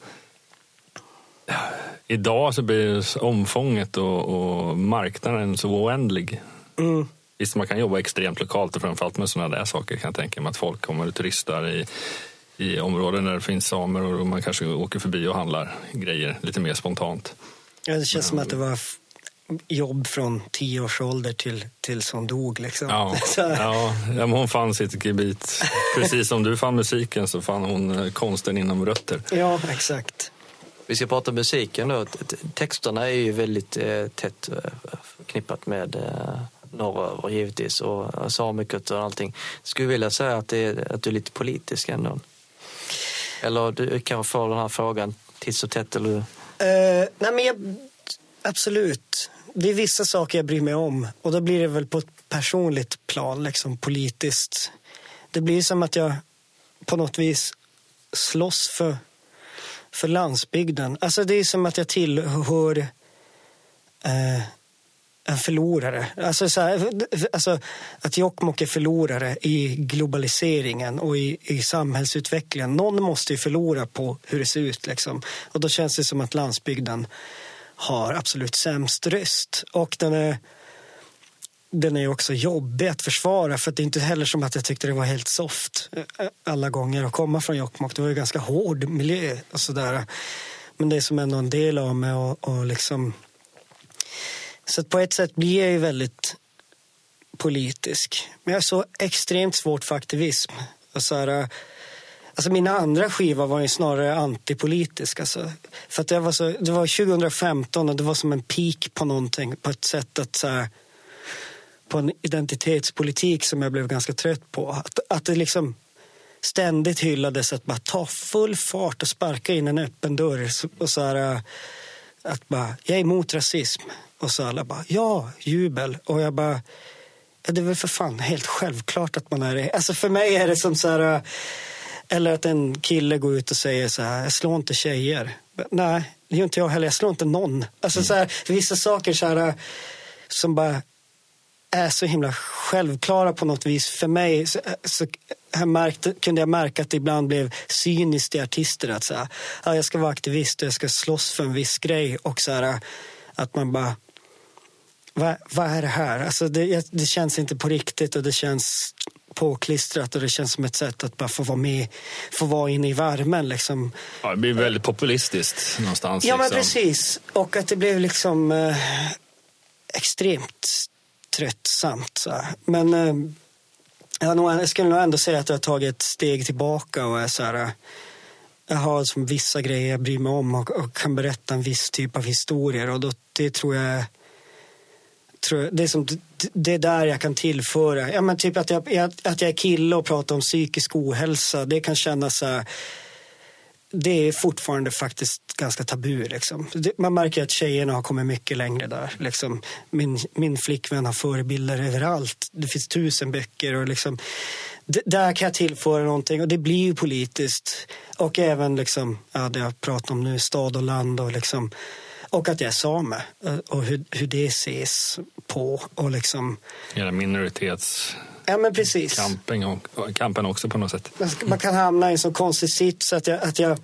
Idag så blir omfånget och marknaden så oändlig. Visst, man kan jobba extremt lokalt och framförallt med sådana där saker kan jag tänka mig att folk kommer och turistar i områden där det finns samer och man kanske åker förbi och handlar grejer lite mer spontant. Ja, det känns som att det var jobb från 10 års ålder till som dog liksom. Ja, men hon fann sitt gebit. Precis som du fann musiken så fann hon konsten inom rötter. Ja, exakt. Vi ska prata om musiken då. Texterna är ju väldigt tätt knippat med norröver givetvis och samekultur och allting. Skulle vilja säga att du är lite politisk ändå. Eller du kan få den här frågan titt så tätt eller... Nej men absolut. det är vissa saker jag bryr mig om. Och då blir det väl på ett personligt plan, liksom politiskt. Det blir som att jag på något vis slåss för landsbygden. Alltså det är som att jag tillhör en förlorare. Alltså att Jokkmokk är förlorare i globaliseringen och i samhällsutvecklingen. Någon måste ju förlora på hur det ser ut liksom. Och då känns det som att landsbygden har absolut sämst röst. Och den är också jobbig att försvara, för att det är inte heller som att jag tyckte det var helt soft alla gånger att komma från Jokkmokk. Det var ju ganska hård miljö och sådär. Men det är som ändå en del av mig och liksom... Så att på ett sätt blir jag ju väldigt politisk. Men jag har så extremt svårt för aktivism. Och så här, alltså mina andra skivor var ju snarare antipolitisk. Alltså. För att det var 2015 och det var som en peak på någonting. På ett sätt att så här, på en identitetspolitik som jag blev ganska trött på. Att det liksom ständigt hyllades att bara ta full fart och sparka in en öppen dörr. Och så här, att bara, jag är emot rasism. Och så alla bara, ja, jubel. Och jag bara, ja, det är väl för fan helt självklart att man är det. Alltså för mig är det som så här, eller att en kille går ut och säger så här, jag slår inte tjejer. Nej, det gör inte jag heller, jag slår inte någon. Alltså så här, vissa saker så här, som bara är så himla självklara på något vis. För mig så kunde jag märka att det ibland blev cyniskt i artister. Att så här, ja, jag ska vara aktivist och jag ska slåss för en viss grej. Och så här, att man bara, vad är det här? Alltså det känns inte på riktigt och det känns påklistrat och det känns som ett sätt att bara få vara med, få vara inne i värmen liksom. Ja, det blir väldigt populistiskt någonstans. Ja, liksom. Men precis. Och att det blev liksom extremt tröttsamt. Så. Men jag skulle nog ändå säga att jag har tagit ett steg tillbaka och är så här, jag har som vissa grejer jag bryr mig om och kan berätta en viss typ av historier och då, det tror jag det är som det är där jag kan tillföra. Ja, men typ att jag är kille och pratar om psykisk ohälsa, det kan kännas så här, det är fortfarande faktiskt ganska tabu liksom. Man märker att tjejerna har kommit mycket längre där liksom. Min flickvän har förebilder överallt. Det finns 1000 böcker och liksom där kan jag tillföra någonting och det blir ju politiskt och även liksom, ja, det jag pratar om nu, stad och land och liksom, och att jag är same och hur det ses på och liksom hela minoritets ja, men precis. Kampen också på något sätt. Man kan hamna i en så konstig sits att jag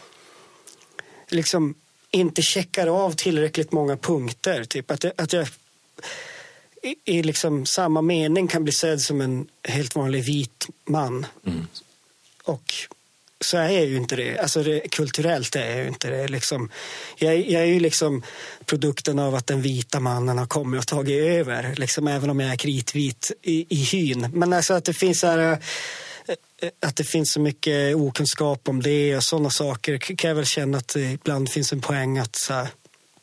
liksom inte checkar av tillräckligt många punkter. Typ att jag i liksom samma mening kan bli sedd som en helt vanlig vit man. Mm. Och så är jag ju inte det. Alltså kulturellt är jag ju inte det. Liksom. Jag är ju liksom produkten av att den vita mannen har kommit och tagit över. Liksom, även om jag är kritvit i hyn. Men alltså att det finns så här, att det finns så mycket okunskap om det och sådana saker kan jag väl känna att det ibland finns en poäng att så här,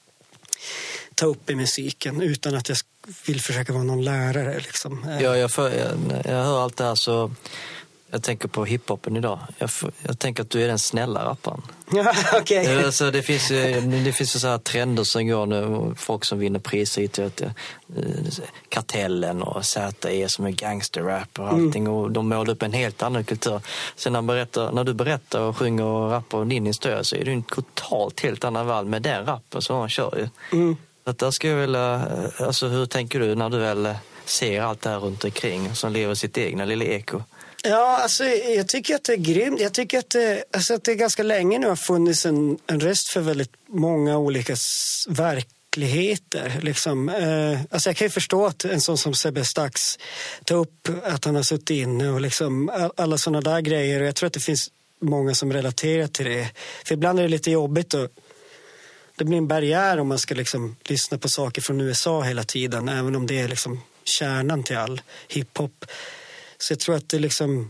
ta upp i musiken utan att jag vill försöka vara någon lärare. Liksom. Ja, jag hör allt det här så jag tänker på hiphopen idag. Jag tänker att du är den snälla rapparen. Ja, okej. Okay. Alltså, det finns ju så här trender som går nu. Folk som vinner priser hit. Kartellen och ZE som är gangsterrap och allting. Och de målar upp en helt annan kultur. Sen när du berättar och sjunger och rappar om din historia så är det en totalt helt annan värld med den rappen som han kör ju. Mm. Att där ska jag vilja, alltså, hur tänker du när du väl ser allt det här runt omkring som lever sitt egna lilla eko? Ja, alltså jag tycker att det är grymt. Jag tycker att det ganska länge nu har funnits en röst för väldigt många olika verkligheter. Liksom. Alltså jag kan ju förstå att en sån som Sebbe Stax tar upp att han har suttit inne och liksom alla sådana där grejer. Och jag tror att det finns många som relaterar till det. För ibland är det lite jobbigt och det blir en barriär om man ska liksom lyssna på saker från USA hela tiden. Även om det är liksom kärnan till all hiphop. Så jag tror att det liksom,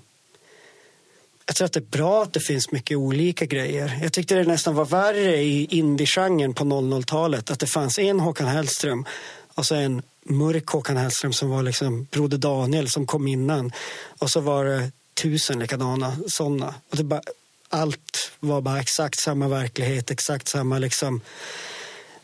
jag tror att det är bra att det finns mycket olika grejer. Jag tyckte det nästan var värre i indie-genren på 00-talet. Att det fanns en Håkan Hellström och så en mörk Håkan Hellström som var liksom Broder Daniel som kom innan. Och så var det 1000 likadana sådana. Och allt var bara exakt samma verklighet, exakt samma liksom.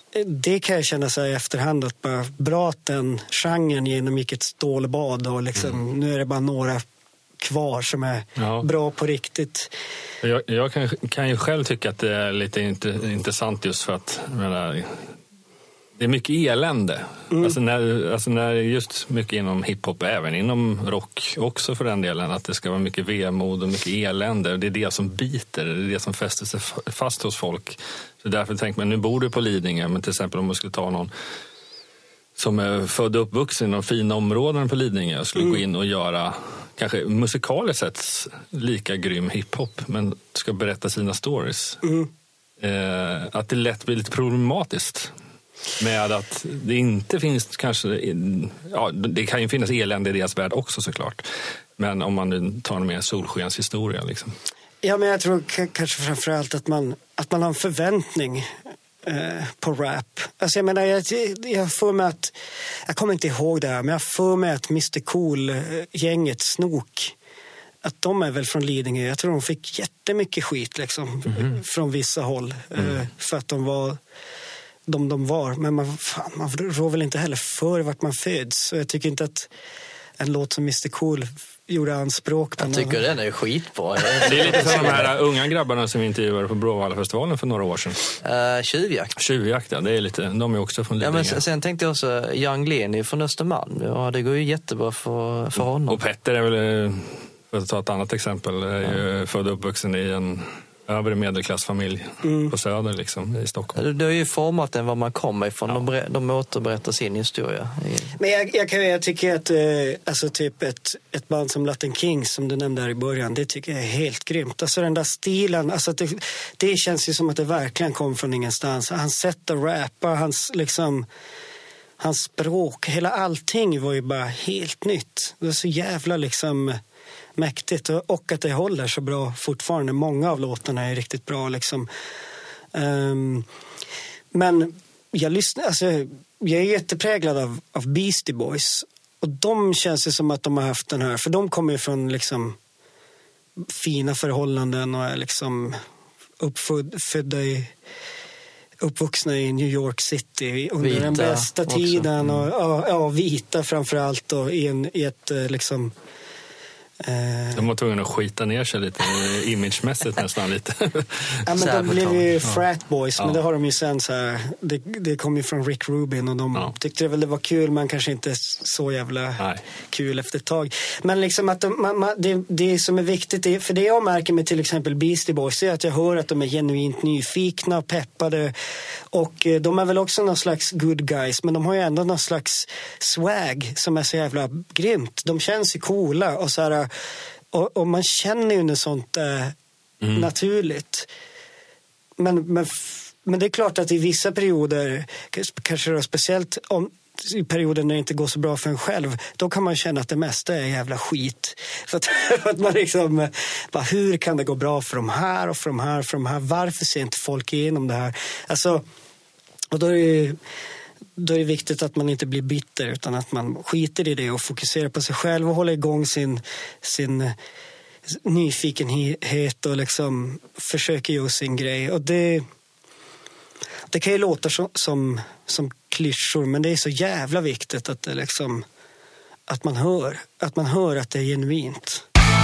det kan jag känna så här i efterhand att bara bra att den genren genomgick ett stålbad och liksom, nu är det bara några kvar som är bra på riktigt. Jag kan ju själv tycka att det är lite intressant just för att det är mycket elände. Alltså när just mycket inom hiphop, även inom rock också för den delen, att det ska vara mycket vemod och mycket elände. Det är det som biter, det är det som fäster sig fast hos folk. Så därför tänker man, nu bor du på Lidingö, men till exempel om man skulle ta någon som är född och uppvuxen i de fina områden på Lidingö och skulle gå in och göra kanske musikaliskt sett lika grym hiphop, men ska berätta sina stories. Att det lätt blir lite problematiskt. Med att det inte finns kanske, det kan ju finnas elände i deras värld också såklart. Men om man nu tar en mer solskenshistoria liksom. Ja, men jag tror kanske framförallt att man har en förväntning på rap. Alltså jag menar, jag får med att, jag kommer inte ihåg det här, men jag får med att Mr. Cool-gänget Snook, att de är väl från Lidingö. Jag tror de fick jättemycket skit liksom, från vissa håll för att de var de var, men man rår väl inte heller för vart man föds. Så jag tycker inte att en låt som Mr. Cool gjorde anspråk på. Jag tycker den är skitbra. Det är lite som de här unga grabbarna som vi intervjuade på Bråvallafestivalen för några år sedan. Tjuvjakt, ja, det är lite, de är också från Lidingö. Ja, men sen tänkte jag också, Young Leni från Östermalm. Ja, det går ju jättebra för honom. Och Petter är väl, för att ta ett annat exempel, är ju född och uppvuxen i en övre medelklassfamilj på Söder liksom, i Stockholm. Det är ju format än var man kommer ifrån. Ja. De återberättar sin historia. Men jag tycker att alltså typ ett band som Latin Kings som du nämnde här i början, det tycker jag är helt grymt. Alltså den där stilen, alltså det känns ju som att det verkligen kom från ingenstans. Hans sätt att rappa, hans språk, hela allting var ju bara helt nytt. Det var så jävla liksom mäktigt, och att det håller så bra fortfarande. Många av låtarna är riktigt bra liksom. Men jag är jättepräglad av Beastie Boys, och de känns det som att de har haft den här, för de kommer ju från liksom fina förhållanden och är liksom uppvuxna i New York City under vita den bästa tiden och vita framförallt, och i ett liksom de var tvungna att skita ner sig lite imagemässigt nästan lite. Ja, men de blev ju frat boys, men det har de ju sen så här, det kom ju från Rick Rubin, och de tyckte väl det var kul, men kanske inte så jävla kul efter ett tag. Men liksom att det som är viktigt, för det jag märker med till exempel Beastie Boys är att jag hör att de är genuint nyfikna och peppade, och de är väl också någon slags good guys, men de har ju ändå någon slags swag som är så jävla grymt. De känns ju coola och så här. Och man känner ju när sånt är naturligt. Men det är klart att i vissa perioder, kanske då speciellt i perioder när det inte går så bra för en själv, då kan man känna att det mesta är jävla skit. För att man liksom, bara, hur kan det gå bra för de här och för de här och för de här? Varför ser inte folk igenom det här? Alltså, och då är det viktigt att man inte blir bitter, utan att man skiter i det och fokuserar på sig själv och håller igång sin nyfikenhet och liksom försöker göra sin grej. Och det kan ju låta som klyschor, men det är så jävla viktigt att det liksom, att man hör att det är genuint.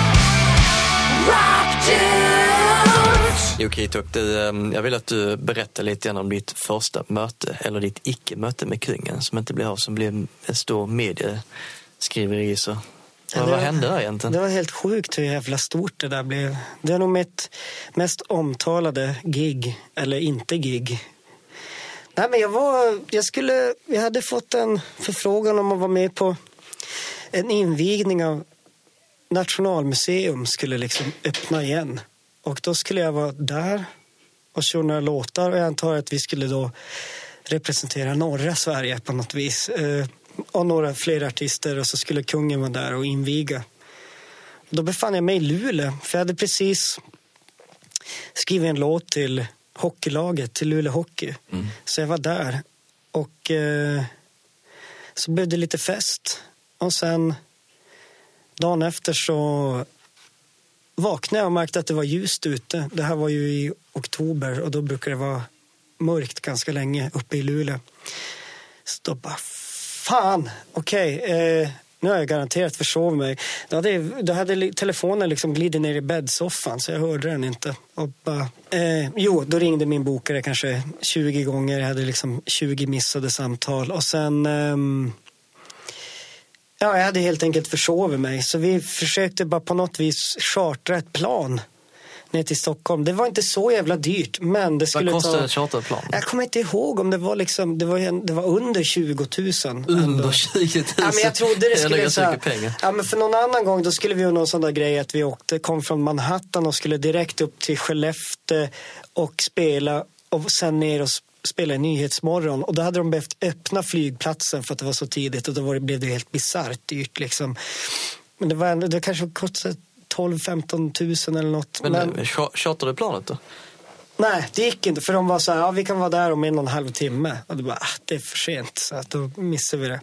Jo, Kitok, jag vill att du berättar lite grann om ditt första möte, eller ditt icke-möte med kungen, som inte blev av, som blev en stor medieskriveri. Så. Vad hände där egentligen? Det var helt sjukt hur jävla stort det där blev. Det är nog mitt mest omtalade gig, eller inte gig. Nej, men jag hade fått en förfrågan om att vara med på en invigning av Nationalmuseum, skulle liksom öppna igen. Och då skulle jag vara där och köra några låtar, och jag antar att vi skulle då representera norra Sverige på något vis. Och några fler artister, och så skulle kungen vara där och inviga. Då befann jag mig i Luleå, för jag hade precis skrivit en låt till hockeylaget, till Luleå Hockey. Så jag var där, och så blev det lite fest. Och sen dagen efter så vaknade jag och märkte att det var ljust ute. Det här var ju i oktober, och då brukar det vara mörkt ganska länge uppe i Luleå. Så då bara, fan, okej. Nu har jag garanterat försov mig. Då hade telefonen liksom glidit ner i bäddsoffan så jag hörde den inte. Och bara, då ringde min bokare kanske 20 gånger. Jag hade liksom 20 missade samtal. Och sen... jag hade helt enkelt försovit mig. Så vi försökte bara på något vis chartra ett plan ner till Stockholm. Det var inte så jävla dyrt, men det skulle Vad kostade ett charterplan? Jag kommer inte ihåg om det var liksom, det var under 20 000. Under 20 000? Ja, men jag trodde det skulle så mycket pengar. Ja, men för någon annan gång då skulle vi göra någon sån där grej att vi kom från Manhattan och skulle direkt upp till Skellefteå och spela och sen ner och spela i Nyhetsmorgon. Och då hade de behövt öppna flygplatsen för att det var så tidigt och då blev det helt bizarrt dyrt liksom. Men det var ändå, det kanske kostade 12-15 000 eller något. Men chartrade planet då? Nej, det gick inte. För de var så här, vi kan vara där om 1,5 timme. Och det bara, det är för sent. Så att då missade vi det.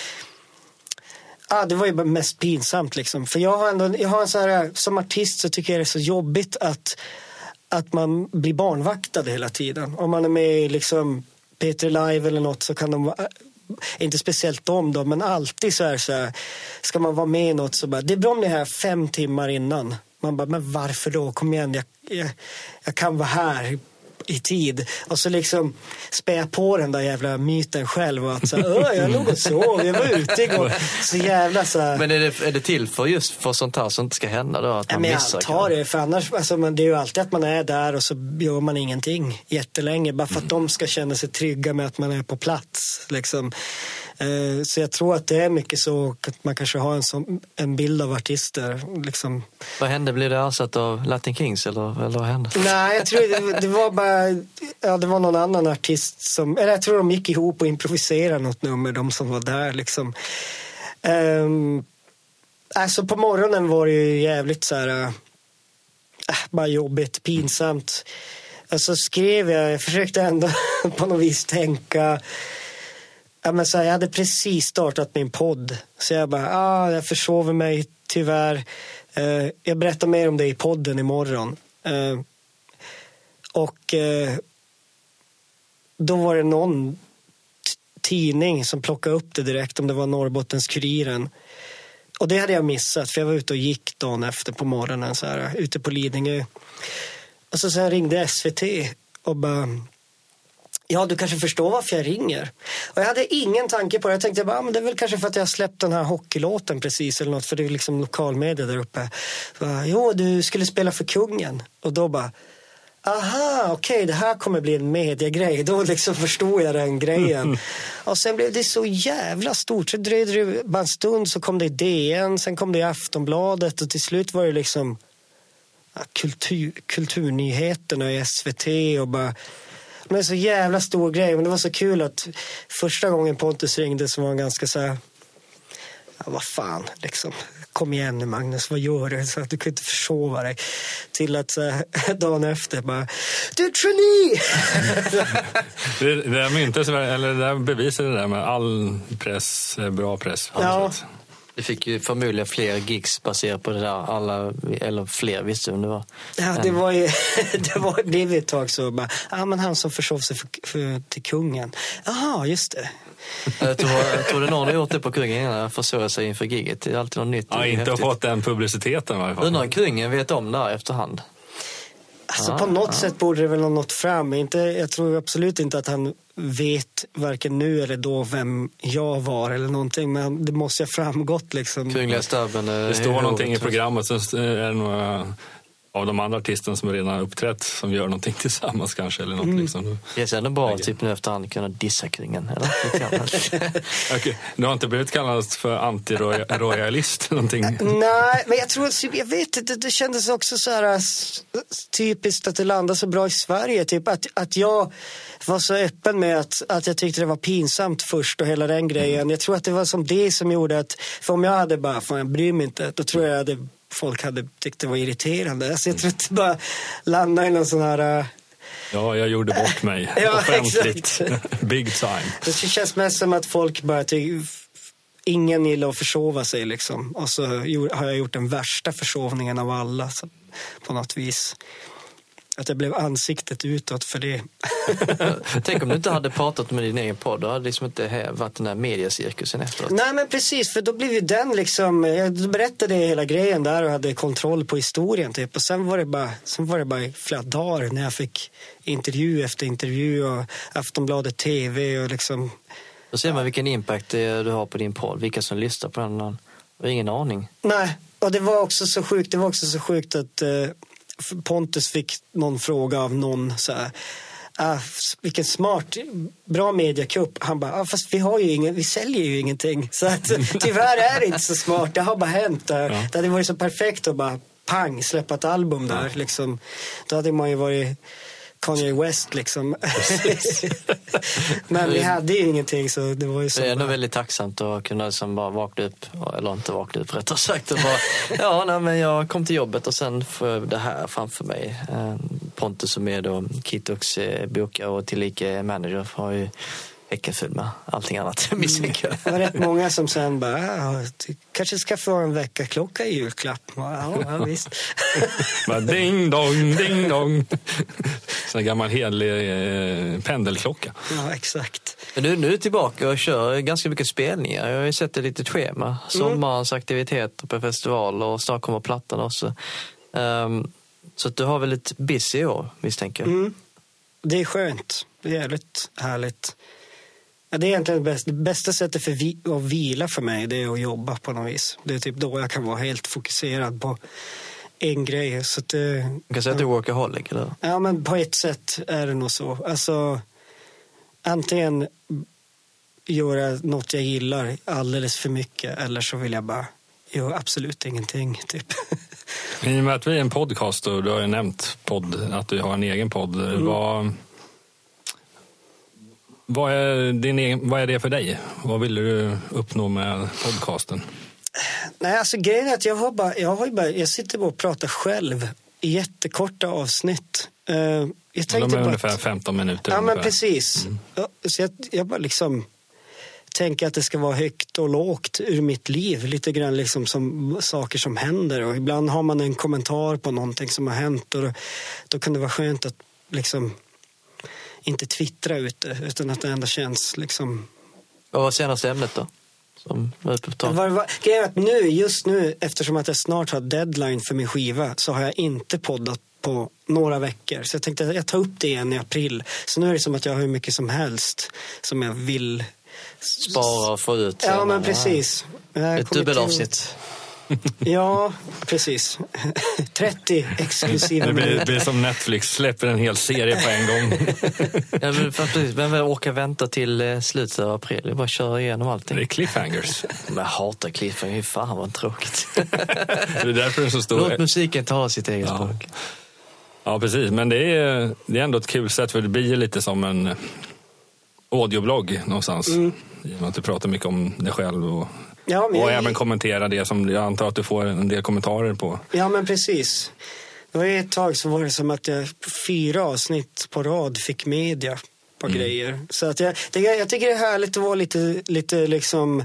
Det var ju bara mest pinsamt liksom. För jag har en så här, som artist så tycker jag det är så jobbigt att man blir barnvaktad hela tiden. Om man är med i liksom P3 Live eller något så kan de... Inte speciellt de men alltid så här, ska man vara med i något så bara, det är bra om det är här 5 timmar innan. Man bara, men varför då? Kom igen, jag kan vara här i tid. Och så liksom spä på den där jävla myten själv och att så jag låg och sov, jag var ute igår. Så jävla så här. Men är det till för just för sånt här som inte ska hända då? Att man missar? Jag tar det, för annars, alltså, det är ju alltid att man är där och så gör man ingenting jättelänge. Bara för att de ska känna sig trygga med att man är på plats. Liksom. Så jag tror att det är mycket så att man kanske har en bild av artister. Liksom. Vad hände? Blev det ersatt av Latin Kings eller vad hände? Nej, jag tror det var bara... Ja, det var någon annan artist som... Eller jag tror de gick ihop och improviserade något nummer, de som var där liksom. Alltså på morgonen var det ju jävligt så här... bara jobbigt, pinsamt. Alltså skrev jag försökte ändå på något vis tänka... Ja, men så här, jag hade precis startat min podd. Så jag bara, jag försover mig tyvärr. Jag berättar mer om det i podden imorgon. Och då var det någon tidning som plockade upp det direkt, om det var Norrbottens-Kuriren. Och det hade jag missat, för jag var ute och gick dagen efter på morgonen så här, ute på Lidingö. Och så sen ringde SVT och bara... Ja, du kanske förstår varför jag ringer. Och jag hade ingen tanke på det. Jag tänkte bara, men det är väl kanske för att jag har släppt den här hockeylåten precis eller något. För det är liksom lokalmedia där uppe. Jo, du skulle spela för kungen. Och då bara, okej, det här kommer bli en mediegrej. Då liksom förstod jag den grejen. Och sen blev det så jävla stort. Så dröjde det bara en stund, så kom det i DN. Sen kom det i Aftonbladet. Och till slut var det liksom kulturnyheterna i SVT och bara... Men så jävla stor grej. Men det var så kul att första gången Pontus ringde så var han ganska så här... Ja, vad fan, liksom. Kom igen nu, Magnus, vad gör du? Så att du kan inte försova dig. Till att så här, dagen efter bara... Du är trainee! det där myntet, eller det där bevisar det där med all press, bra press. Ja. Det fick ju förmodligen fler gigs baserat på det där. Alla, eller fler visste om det var. Ja, det var ju... det blev ett tag så bara... men han som försov sig till kungen. Jaha, just det. Jag tror det någon har gjort det på kungen innan, försörja sig inför giget. Det är alltid något nytt. Ja, inte har fått den publiciteten i varje fall. Undrar om kungen vet om det här efterhand. Alltså på något sätt borde det väl ha nått fram. Jag tror absolut inte att han vet varken nu eller då vem jag var eller någonting. Men det måste ha framgått liksom. Kungliga stabben. Det står någonting i programmet, så är det några av de andra artisterna som redan uppträtt som gör någonting tillsammans kanske eller något liksom. Det är ändå bra typ nu efterhand kunna dissa kungen eller? Okay. Du har inte blivit kallad för anti-royalist någonting? Nej, men jag vet inte, det kändes också så här typiskt att det landade så bra i Sverige, typ att jag var så öppen med att jag tyckte det var pinsamt först och hela den grejen. Jag tror att det var som det som gjorde att, för om jag hade bara, fan jag bryr mig inte, då tror jag att folk hade tyckt det var irriterande. Alltså jag tror att det bara landade i någon sån här... Ja, jag gjorde bort mig offentligt. Big time. Det känns mest som att folk bara ingen gillar att försova sig liksom. Och så har jag gjort den värsta försovningen av alla så, på något vis. att jag blev ansiktet utåt för det. Tänk om du inte hade pratat med din egen podd, då hade liksom inte varit den där mediacirkusen efteråt. Nej, men precis, för då blev ju den liksom, jag berättade hela grejen där och hade kontroll på historien typ, och sen var det bara flera dagar när jag fick intervju efter intervju och Aftonbladet TV och liksom. Då ser man vilken impact du har på din podd, vilka som lyssnar på den. Och ingen aning. Nej, och det var också så sjukt att Pontus fick någon fråga av någon så här, vilken smart, bra mediakupp. Han bara, fast vi säljer ju ingenting. Så att, tyvärr är det inte så smart. Det har bara hänt. Det hade varit så perfekt att bara pang, släppa ett album där. Liksom. Då hade man ju varit Kanye West liksom. Men vi hade ju ingenting, så det var ju så. Det är ändå väldigt tacksamt att kunna liksom bara vakna upp, eller inte vakna upp rättare sagt, och bara, men jag kom till jobbet och sen får jag det här framför mig. Pontus som är då Kitox bokare och tillika manager har ju häcken full med allting annat. Det var rätt många som sen bara, kanske ska få en veckaklocka i julklapp. Ja, visst. Ding dong, ding dong. Sån gammal helig pendelklocka. Ja, exakt. Men nu är du tillbaka och kör ganska mycket spelningar. Jag har ju sett ett litet schema. Sommarens aktiviteter på festival och snart kommer plattan också. Så att du har väl lite busy i år, misstänker jag. Det är skönt. Det är jävligt härligt. Ja, det är egentligen det bästa sättet för att vila för mig, det är att jobba på något vis. Det är typ då jag kan vara helt fokuserad på en grej. Så att, du kan säga att du är workaholic, eller? Ja, men på ett sätt är det nog så. Alltså, antingen göra något jag gillar alldeles för mycket, eller så vill jag bara göra absolut ingenting, typ. I och med att vi är en podcast och du har ju nämnt att du har en egen podd, vad är det för dig? Vad vill du uppnå med podcasten? Nej, alltså grejen är att jag sitter bara och pratar själv i jättekorta avsnitt. Jag tänkte de är ungefär 15 minuter. Ja, ungefär. Men precis. Så jag bara liksom tänker att det ska vara högt och lågt ur mitt liv. Lite grann liksom som saker som händer. Och ibland har man en kommentar på någonting som har hänt. Och då kan det vara skönt att liksom inte twittra ut det, utan att det ändå känns liksom. Vad var senaste ämnet då? Som grejen är att just nu, eftersom att jag snart har deadline för min skiva, så har jag inte poddat på några veckor. Så jag tänkte att jag tar upp det igen i april. Så nu är det som att jag har hur mycket som helst som jag vill spara och få ut. Ja, men precis. Ett dubbelavsnitt. Ja, precis. 30 exklusiva. Det blir som Netflix, släpper en hel serie på en gång. Ja, men vem åker vänta till slutet av april? Det är bara att köra igenom allting. Det är cliffhangers. Men jag hatar cliffhangers, hur fan vad tråkigt. Det är därför det är så stor. Låt musiken ta sitt eget språk. Ja, precis. Men det är ändå ett kul sätt, för det blir lite som en audioblogg någonstans. I och med att du pratar mycket om dig själv och även kommentera det som jag antar att du får en del kommentarer på. Ja, men precis. Det var ett tag så var det som att jag 4 avsnitt på rad fick media på grejer. Så att jag tycker det är härligt att vara lite liksom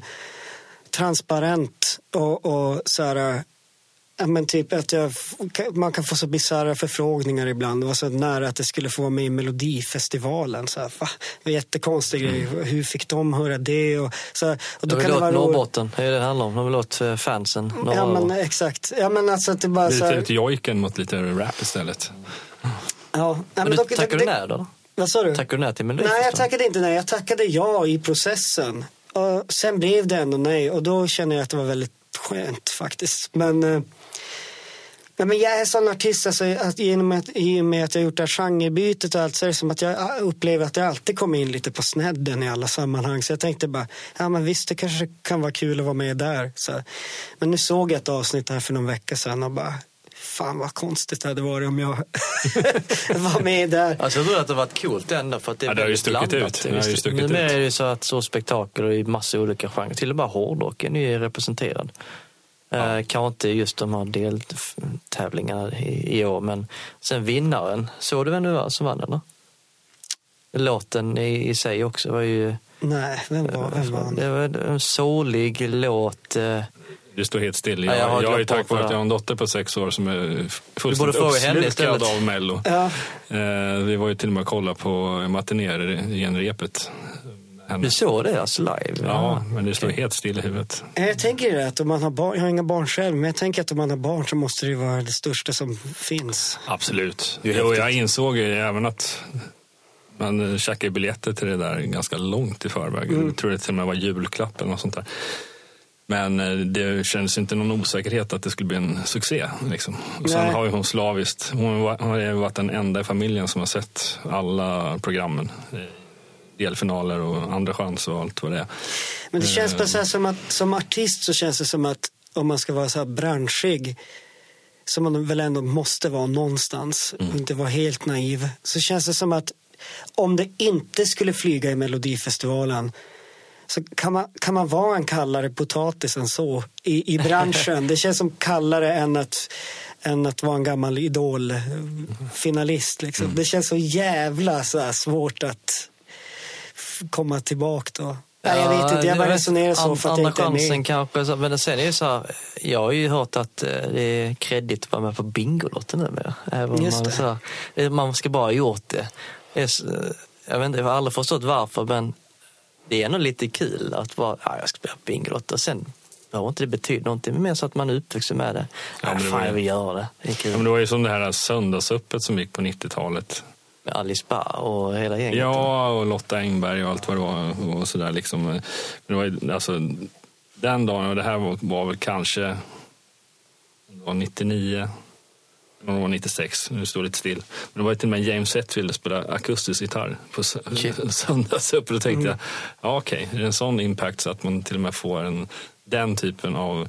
transparent och så här. Ja, men typ att man kan få så bizarra förfrågningar ibland. Det var så nära att det skulle få vara med i Melodifestivalen. Så här, det var jättekonstig grej. Hur fick de höra det? Och då kan det vara Norrbotten. Det är det handlar om. De vill åt fansen. Ja, men exakt. Ja, men alltså att det bara lite så här. Lite jojken mot lite rap istället. Ja, men du tackade du när då? Vad sa du? Tackade du när till Melodifestivalen? Nej, jag tackade inte nej. Jag tackade ja i processen. Och sen blev det ändå nej. Och då känner jag att det var väldigt skönt faktiskt. Men jag är sån artist, alltså, att i och med att jag gjort det här genrebytet och allt, så är det som att jag upplever att jag alltid kommer in lite på snedden i alla sammanhang. Så jag tänkte bara, ja men visst, det kanske kan vara kul att vara med där. Så, men nu såg jag ett avsnitt här för någon vecka sedan och bara, fan vad konstigt det hade varit om jag var med där. Alltså jag tror att det var coolt ändå, för att det är har ju stuckit ut. Nu är det så att så spektakel och i massa olika genrer, till och med hårdrocken är representerad. Kanske inte just de här deltävlingarna i år, men sen vinnaren, såg du vem det var som vann den då? Låten i sig också var ju... Nej, vem var det var en sålig låt Det står helt still. Ja, jag har ju tack vare att jag har en dotter på 6 år som är fullständigt uppslukad av Mello. Ja. Vi var ju till och med och kollade på matinéer i genrepet. Du såg det alltså live? Ja, men det står helt still i huvudet. Jag tänker det att om man har barn, jag har inga barn själv, men jag tänker att om man har barn så måste det vara det största som finns. Absolut. Och jag insåg ju även att man checkade biljetter till det där ganska långt i förväg. Jag tror det till och med var julklappen och sånt där. Men det kändes inte någon osäkerhet att det skulle bli en succé. Liksom. Och sen har ju hon slaviskt, hon har ju varit den enda i familjen som har sett alla programmen. Delfinaler och andra chans och allt vad det är. Men det känns bara så här som att som artist så känns det som att om man ska vara så här branschig, som man väl ändå måste vara någonstans och inte vara helt naiv, så känns det som att om det inte skulle flyga i Melodifestivalen så kan man vara en kallare potatis än så i branschen. Det känns som kallare än att vara en gammal idolfinalist. Liksom. Det känns så jävla så här svårt att komma tillbaka då. Nej, jag vet inte, jag bara resonerar så för att jag inte är med. Chansen kanske, men sen är det så här, jag har ju hört att det är kredit att vara med på Bingolotten nu med. Även just man, så här, man ska bara ha gjort det. Jag vet inte, jag har aldrig förstått varför, men det är ändå lite kul att bara, jag ska spela Bingolott och sen behöver inte det betyda någonting, men så att man är uppvuxen med det. Jag vill göra det. Det är kul. Ja, men det var ju som det här söndagsuppet som gick på 90-talet. Med Alice Bah och hela gänget. Ja, och Lotta Engberg och allt vad det var och sådär liksom. Men det var ju, alltså, den dagen, och det här var väl kanske det var 99 eller det var 96, nu står det lite still. Men det var ju till och med James Hetfield att spela akustisk gitarr på söndagsuppet, och tänkte jag, ja okej, det är en sån impact så att man till och med får den typen av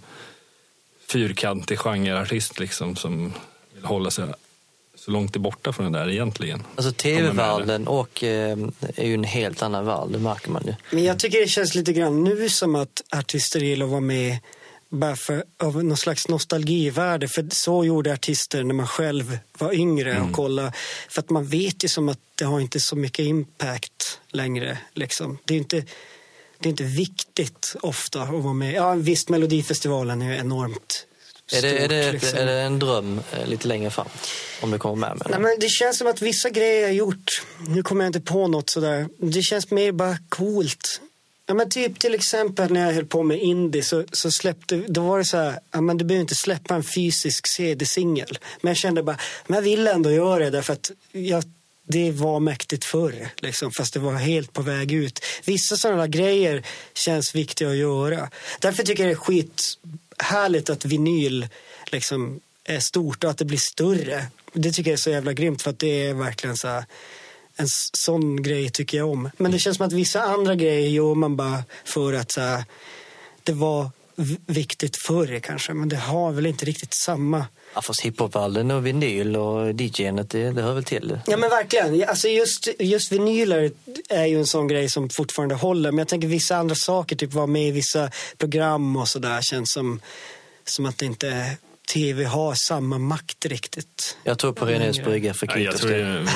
fyrkantig genreartist liksom, som vill hålla sig så långt borta från det där egentligen. Alltså tv-världen och är ju en helt annan värld, det märker man ju. Men jag tycker det känns lite grann nu som att artister gillar att vara med bara av någon slags nostalgivärde. För så gjorde artister när man själv var yngre och kolla. För att man vet ju som att det har inte så mycket impact längre. Liksom. Det är inte viktigt ofta att vara med. Ja, visst, Melodifestivalen är ju enormt stort. Är det en dröm lite längre fram? Om det kommer med? Nej, men det känns som att vissa grejer jag har gjort, nu kommer jag inte på något sådär. Det känns mer bara coolt. Ja, men typ till exempel när jag höll på med indie så släppte, då var det så här, ja, men du behöver inte släppa en fysisk CD-singel. Men jag kände bara, men jag ville ändå göra det därför att det var mäktigt förr, liksom, fast det var helt på väg ut. Vissa sådana grejer känns viktiga att göra. Därför tycker jag det är skithärligt att vinyl liksom är stort och att det blir större. Det tycker jag är så jävla grymt, för att det är verkligen så här, en sån grej tycker jag om. Men det känns som att vissa andra grejer gör man bara för att så här, det var viktigt förr kanske, men det har väl inte riktigt samma. Ja, fast hiphopvallen och vinyl och DJ:net, det hör väl till. Ja, men verkligen. Alltså just vinyler är ju en sån grej som fortfarande håller. Men jag tänker vissa andra saker, typ vara med i vissa program och sådär, känns som att det inte TV har samma makt riktigt. Jag tror på Renés brygga för Kvitt. Jag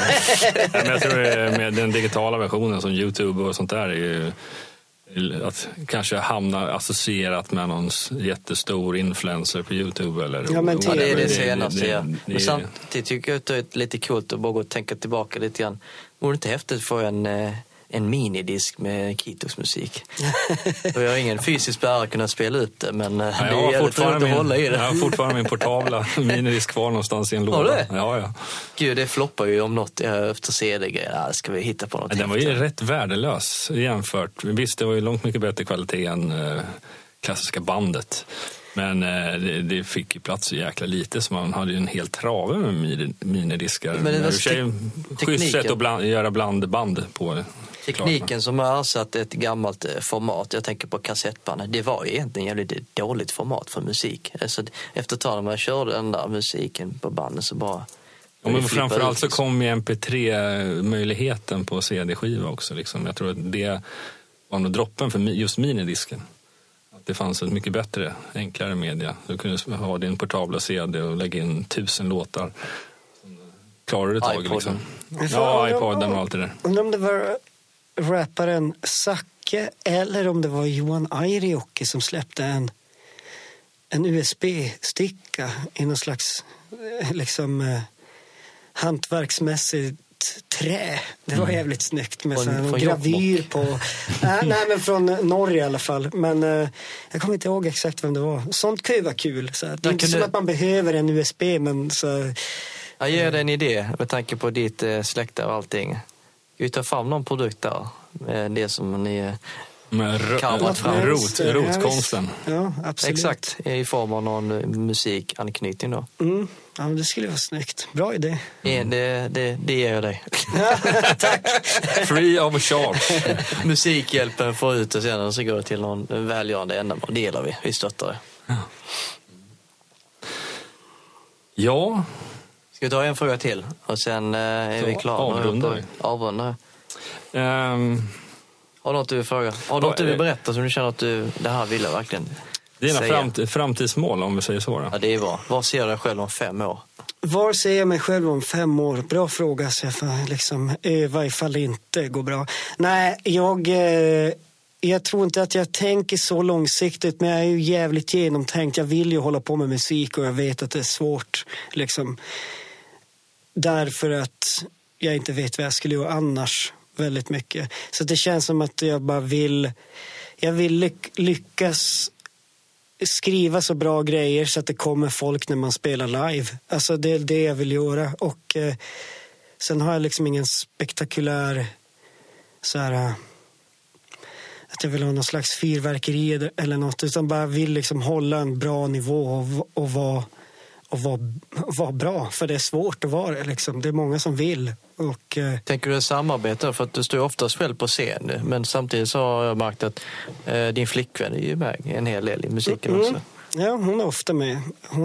tror med den digitala versionen som YouTube och sånt där är ju att kanske hamna associerat med någon jättestor influencer på YouTube eller. Ja, men det är det senaste. Men samtidigt tycker jag att det är lite coolt att bara gå och tänka tillbaka lite grann. Vore det inte häftigt att få en minidisk med Kitos musik? Och jag har ingen fysisk bärare att kunna spela ut det, men det är fortfarande att hålla i det. Jag har fortfarande min portabla minidisk kvar någonstans i en låda. Har du det? Ja. Gud, det floppar ju om något efter CD-grejer. Ska vi hitta på något? Den var ju rätt värdelös jämfört. Visst, det var ju långt mycket bättre kvalitet än klassiska bandet. Men det fick ju plats så jäkla lite, så man hade ju en hel trave med minidiskar. Men det var schysst sätt att göra blandband på. Tekniken som har ersatt ett gammalt format, jag tänker på kassettband, det var ju egentligen jävligt dåligt format för musik. Alltså, efter ett tag när man körde den där musiken på banden så bara... Ja, men framförallt så kom ju MP3-möjligheten på CD-skiva också. Liksom. Jag tror att det var nog droppen för just minidisken. Att det fanns ett mycket bättre, enklare media. Du kunde ha din portabla CD och lägga in 1000 låtar. Klarar det taget liksom. Ja, iPoden och allt det där. Undrar om det var rapparen Zacke eller om det var Johan Airioki som släppte en USB-sticka i någon slags liksom hantverksmässigt trä. Det var jävligt snyggt med en gravyr på. Nej, men från Norge i alla fall. Men jag kommer inte ihåg exakt vem det var. Sånt kan ju vara kul. Så det är inte som att man behöver en USB, men så... Jag ger dig en idé med tanke på ditt släkte och allting. Ska vi ta fram någon produkt där? Det som ni karvat fram. Rotkonsten. Ja, absolut. Exakt, i form av någon musikanknytning då. Ja, men det skulle vara snyggt. Bra idé. Det ger jag dig. Tack. Free of charge. Musikhjälpen får ut och sen så går det till någon välgörande ändamål. Det gillar vi. Vi stöttar det. Ja. Ska vi ta en fråga till? Och sen är vi klara. Avrundar. Har du något du vill fråga? Har du något du vill berätta som du känner att det här vill jag verkligen dina framtidsmål, om vi säger så då? Ja, det är bra. Var ser du dig själv om 5 år? Var ser jag mig själv om 5 år? Bra fråga, så jag får liksom öva ifall det inte går bra. Nej, jag tror inte att jag tänker så långsiktigt, men jag är ju jävligt genomtänkt. Jag vill ju hålla på med musik och jag vet att det är svårt. Liksom. Därför att jag inte vet vad jag skulle göra annars väldigt mycket. Så det känns som att jag bara vill lyckas skriva så bra grejer så att det kommer folk när man spelar live. Alltså det är det jag vill göra. Och sen har jag liksom ingen spektakulär så här att jag vill ha någon slags fyrverkeri eller något, utan bara vill liksom hålla en bra nivå och vara bra, för det är svårt att vara liksom. Det är många som vill. Och, tänker du samarbete? För att du står oftast själv på scen, men samtidigt så har jag märkt att din flickvän är ju med en hel del i musiken också. Ja, hon är ofta med.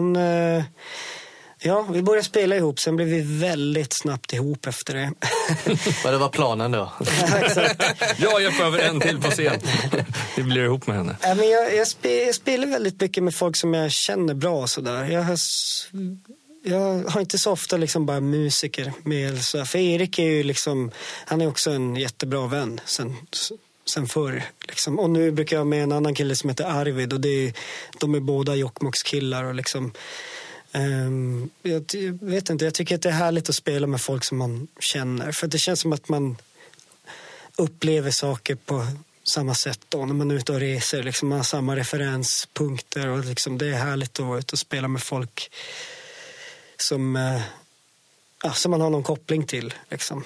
Vi började spela ihop, sen blev vi väldigt snabbt ihop efter det. Vad det var planen då? Ja, exakt. Jag behöver en till på scen. Vi blir ihop med henne. Ja, men jag spelar väldigt mycket med folk som jag känner bra sådär. Jag har inte så ofta liksom bara musiker med. Så, för Erik är ju liksom, han är också en jättebra vän sen förr. Liksom. Och nu brukar jag med en annan kille som heter Arvid, och de är båda Jokkmokkillar och liksom... jag vet inte, jag tycker att det är härligt att spela med folk som man känner, för det känns som att man upplever saker på samma sätt då, när man är ute och reser, liksom, man har samma referenspunkter och liksom, det är härligt att vara ute och spela med folk som man har någon koppling till liksom.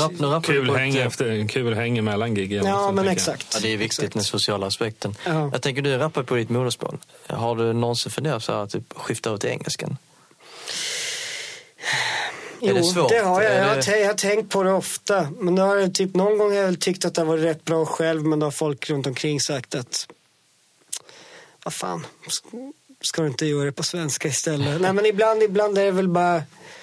Kul häng mellan giggen. Ja, men exakt. Ja, det är viktigt, exakt. Den sociala aspekten. Ja. Jag tänker, du rappar på ditt modersmål. Har du någonsin funderat så att typ skifta över till engelskan? Jo, är det svårt? Det har jag. Jag har tänkt på det ofta. Men då har jag typ någon gång har jag tyckt att det var rätt bra själv, men då har folk runt omkring sagt att vad fan, ska du inte göra det på svenska istället? Nej, men ibland är det väl bara,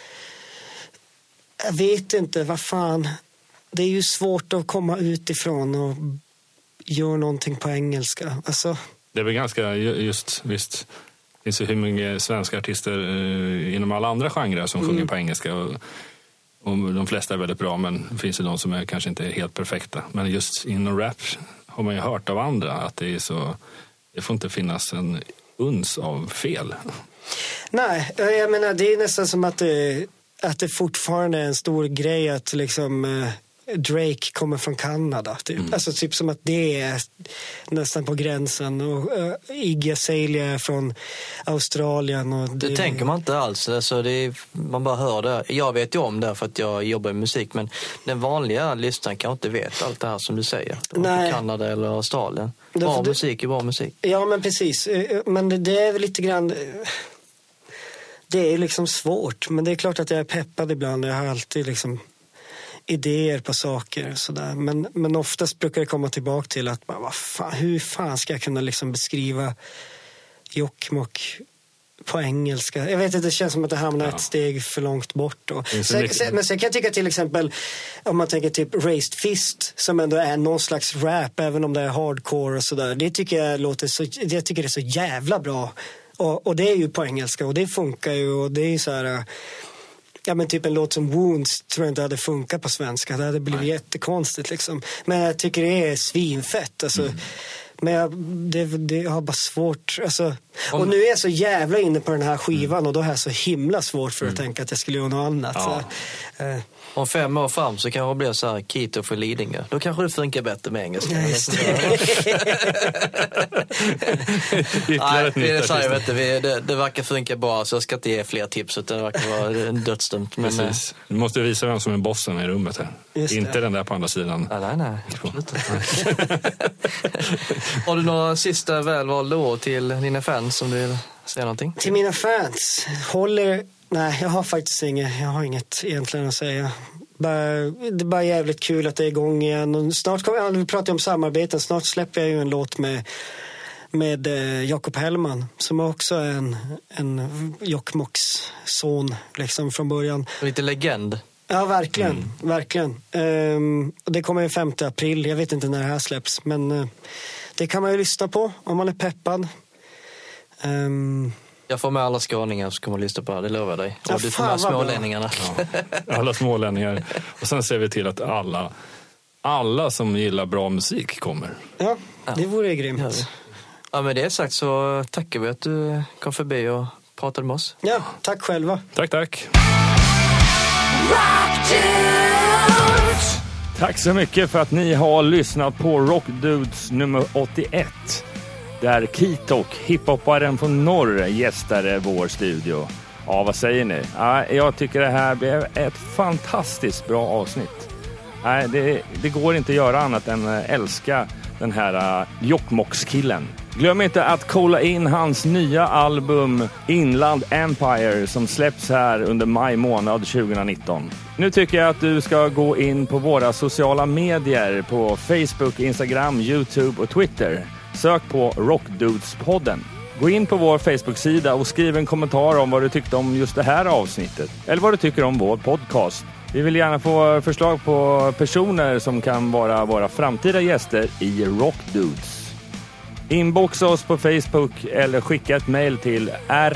jag vet inte, vad fan. Det är ju svårt att komma utifrån och göra någonting på engelska. Alltså. Det är väl ganska just, visst, det finns ju hur många svenska artister inom alla andra genrer som sjunger på engelska. Och de flesta är väldigt bra, men det finns ju de som är kanske inte är helt perfekta. Men just inom rap har man ju hört av andra att det är så, det får inte finnas en uns av fel. Nej, jag menar, det är nästan som att det fortfarande är en stor grej att liksom Drake kommer från Kanada typ. Alltså typ som att det är nästan på gränsen, och Iggy Azalea är från Australien och det tänker man inte alls, alltså man bara hör det. Jag vet ju om det för att jag jobbar i musik, men den vanliga lyssnaren kan inte veta allt det här som du säger. Nej. Kanada eller Australien. Bra musik är bra musik. Ja, men precis. Men det är väl lite grann, det är liksom svårt, men det är klart att jag är peppad ibland. Jag har alltid liksom idéer på saker och sådär. Men oftast brukar det komma tillbaka till att hur fan ska jag kunna liksom beskriva Jokkmokk på engelska? Jag vet inte, det känns som att det hamnar ett steg för långt bort då. Men sen kan jag tycka till exempel, om man tänker typ Raised Fist, som ändå är någon slags rap, även om det är hardcore och sådär. Det tycker jag jag tycker det är så jävla bra. Och det är ju på engelska och det funkar ju, och det är ju så här. Ja, men typ en låt som Wounds tror jag inte hade funkat på svenska. Det hade blivit jättekonstigt liksom. Men jag tycker det är svinfett. Alltså, Men det har bara svårt. Alltså, och nu är jag så jävla inne på den här skivan och då har jag så himla svårt för att tänka att jag skulle göra något annat. Ja. Så, om 5 år fram så kanske det blir så här Keto för Lidingö. Då kanske det funkar bättre med engelska. Nej, det verkar funka bra, så jag ska inte ge fler tips, utan det verkar vara dödsdömt. Men, precis. Du måste visa vem som är bossen i rummet här. Inte den där på andra sidan. Nej. Har du några sista välvalda ord till dina fans som du vill säga någonting? Till mina fans? Nej, jag har faktiskt inget egentligen att säga. Det är bara jävligt kul att det är igång igen. Och snart vi pratar om samarbeten. Snart släpper jag ju en låt med Jakob Hellman, som också är en Jokkmokks son liksom från början. Lite legend. Ja, verkligen. Verkligen. Och det kommer ju 5 april. Jag vet inte när det här släpps, men det kan man ju lyssna på om man är peppad. Jag får med alla skåningar så kommer att lyssna på det, lovar jag dig. Och du får med smålänningarna. Ja, alla smålänningar. Och sen ser vi till att alla som gillar bra musik kommer. Ja, det vore grymt. Ja, med det sagt så tackar vi att du kom förbi och pratade med oss. Ja, tack själva. Tack. Tack så mycket för att ni har lyssnat på Rock Dudes nummer 81. Där Keto, hiphopparen från norr, gästade vår studio. Ja, vad säger ni? Ja, jag tycker det här blev ett fantastiskt bra avsnitt. Nej, det går inte att göra annat än älska den här Jokkmokkskillen. Glöm inte att kolla in hans nya album Inland Empire som släpps här under maj månad 2019. Nu tycker jag att du ska gå in på våra sociala medier på Facebook, Instagram, YouTube och Twitter. Sök på Rockdudespodden. Gå in på vår Facebook-sida och skriv en kommentar om vad du tyckte om just det här avsnittet. Eller vad du tycker om vår podcast. Vi vill gärna få förslag på personer som kan vara våra framtida gäster i Rockdudes. Inboxa oss på Facebook eller skicka ett mejl till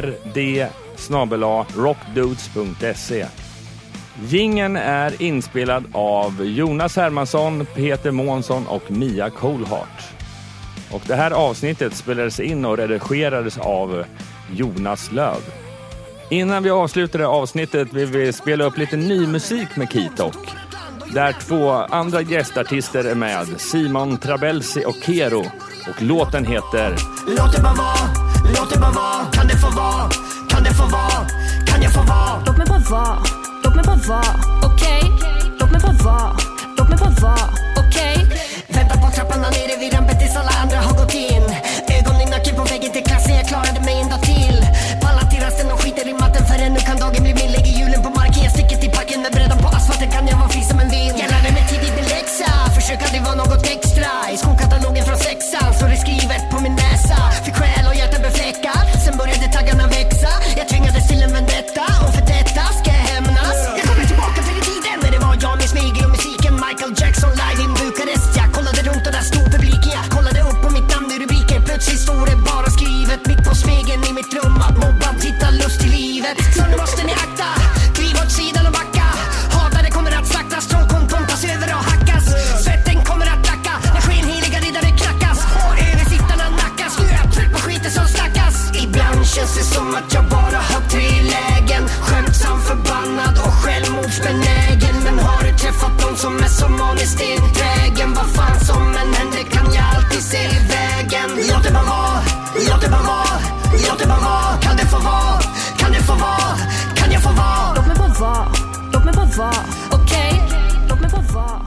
rd@rockdudes.se. Jingeln är inspelad av Jonas Hermansson, Peter Månsson och Mia Coolheart. Och det här avsnittet spelades in och redigerades av Jonas Löv. Innan vi avslutar det avsnittet vill vi spela upp lite ny musik med Keto. Där 2 andra gästartister är med, Simon Trabelsi och Kero. Och låten heter Låt det bara vara, kan det få vara, kan det få vara, kan jag få vara. Låt mig bara vara, okej. Låt mig bara vara, okej. Vänta på trapporna nere vid rampen tills alla andra har gått in. Ögon i nacken på väggen till klassen, jag klarade mig ända till. Pallar till rasten och skiter i matten, för nu kan dagen bli min. Lägger hjulen på marken, jag sticker till parken med brädan på asfalten, kan jag vara fri som en vind. Jag lärde mig tidigt med läxa, försök aldrig vara något extra. I skolkatalogen från 6an står det skrivet på min näsa. Fick själ och hjärta befläckad, sen började taggarna växa. Jag tvingades till en vendetta, och för detta ska jag hämnas. Jag kommer tillbaka till tiden när det var Jan i Smigel och musiken Michael Jackson live i Bukarest. Jag kollade runt och där stod publiken. Jag kollade upp på mitt namn i rubriker. Plötsligt stod det bara skrivet mitt på spegeln i mitt rum att mobbad hittar lust i livet. Så nu måste ni akta, kliv åt sidan och backa. Hatare kommer att slaktas, trollkonton tas över och hackas. Svetten kommer att lacka när skenheliga riddare knackas och översittarna nackas. Nu är jag trött på skiten som snackas. Ibland känns det som att jag bara har 3 lägen. Skämtsam, förbannad och självmordsbenägen. Men har du träffat någon som är som maniskt enträgen? Vad fan som än händer kan jag alltid se vägen. Låt det bara vara, låt det bara vara, låt det bara vara. Kan det få vara, kan det få vara, kan jag få vara. Låt mig bara vara, okej. Låt mig bara vara.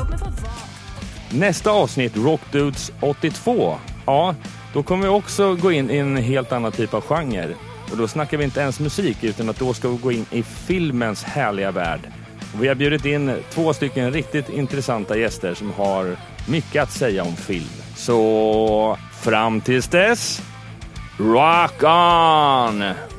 nästa avsnitt, Rockdudes 82. Ja, då kommer vi också gå in i en helt annan typ av genre. Och då snackar vi inte ens musik, utan att då ska vi gå in i filmens härliga värld. Och vi har bjudit in 2 stycken riktigt intressanta gäster som har mycket att säga om film. Så fram tills dess, rock on!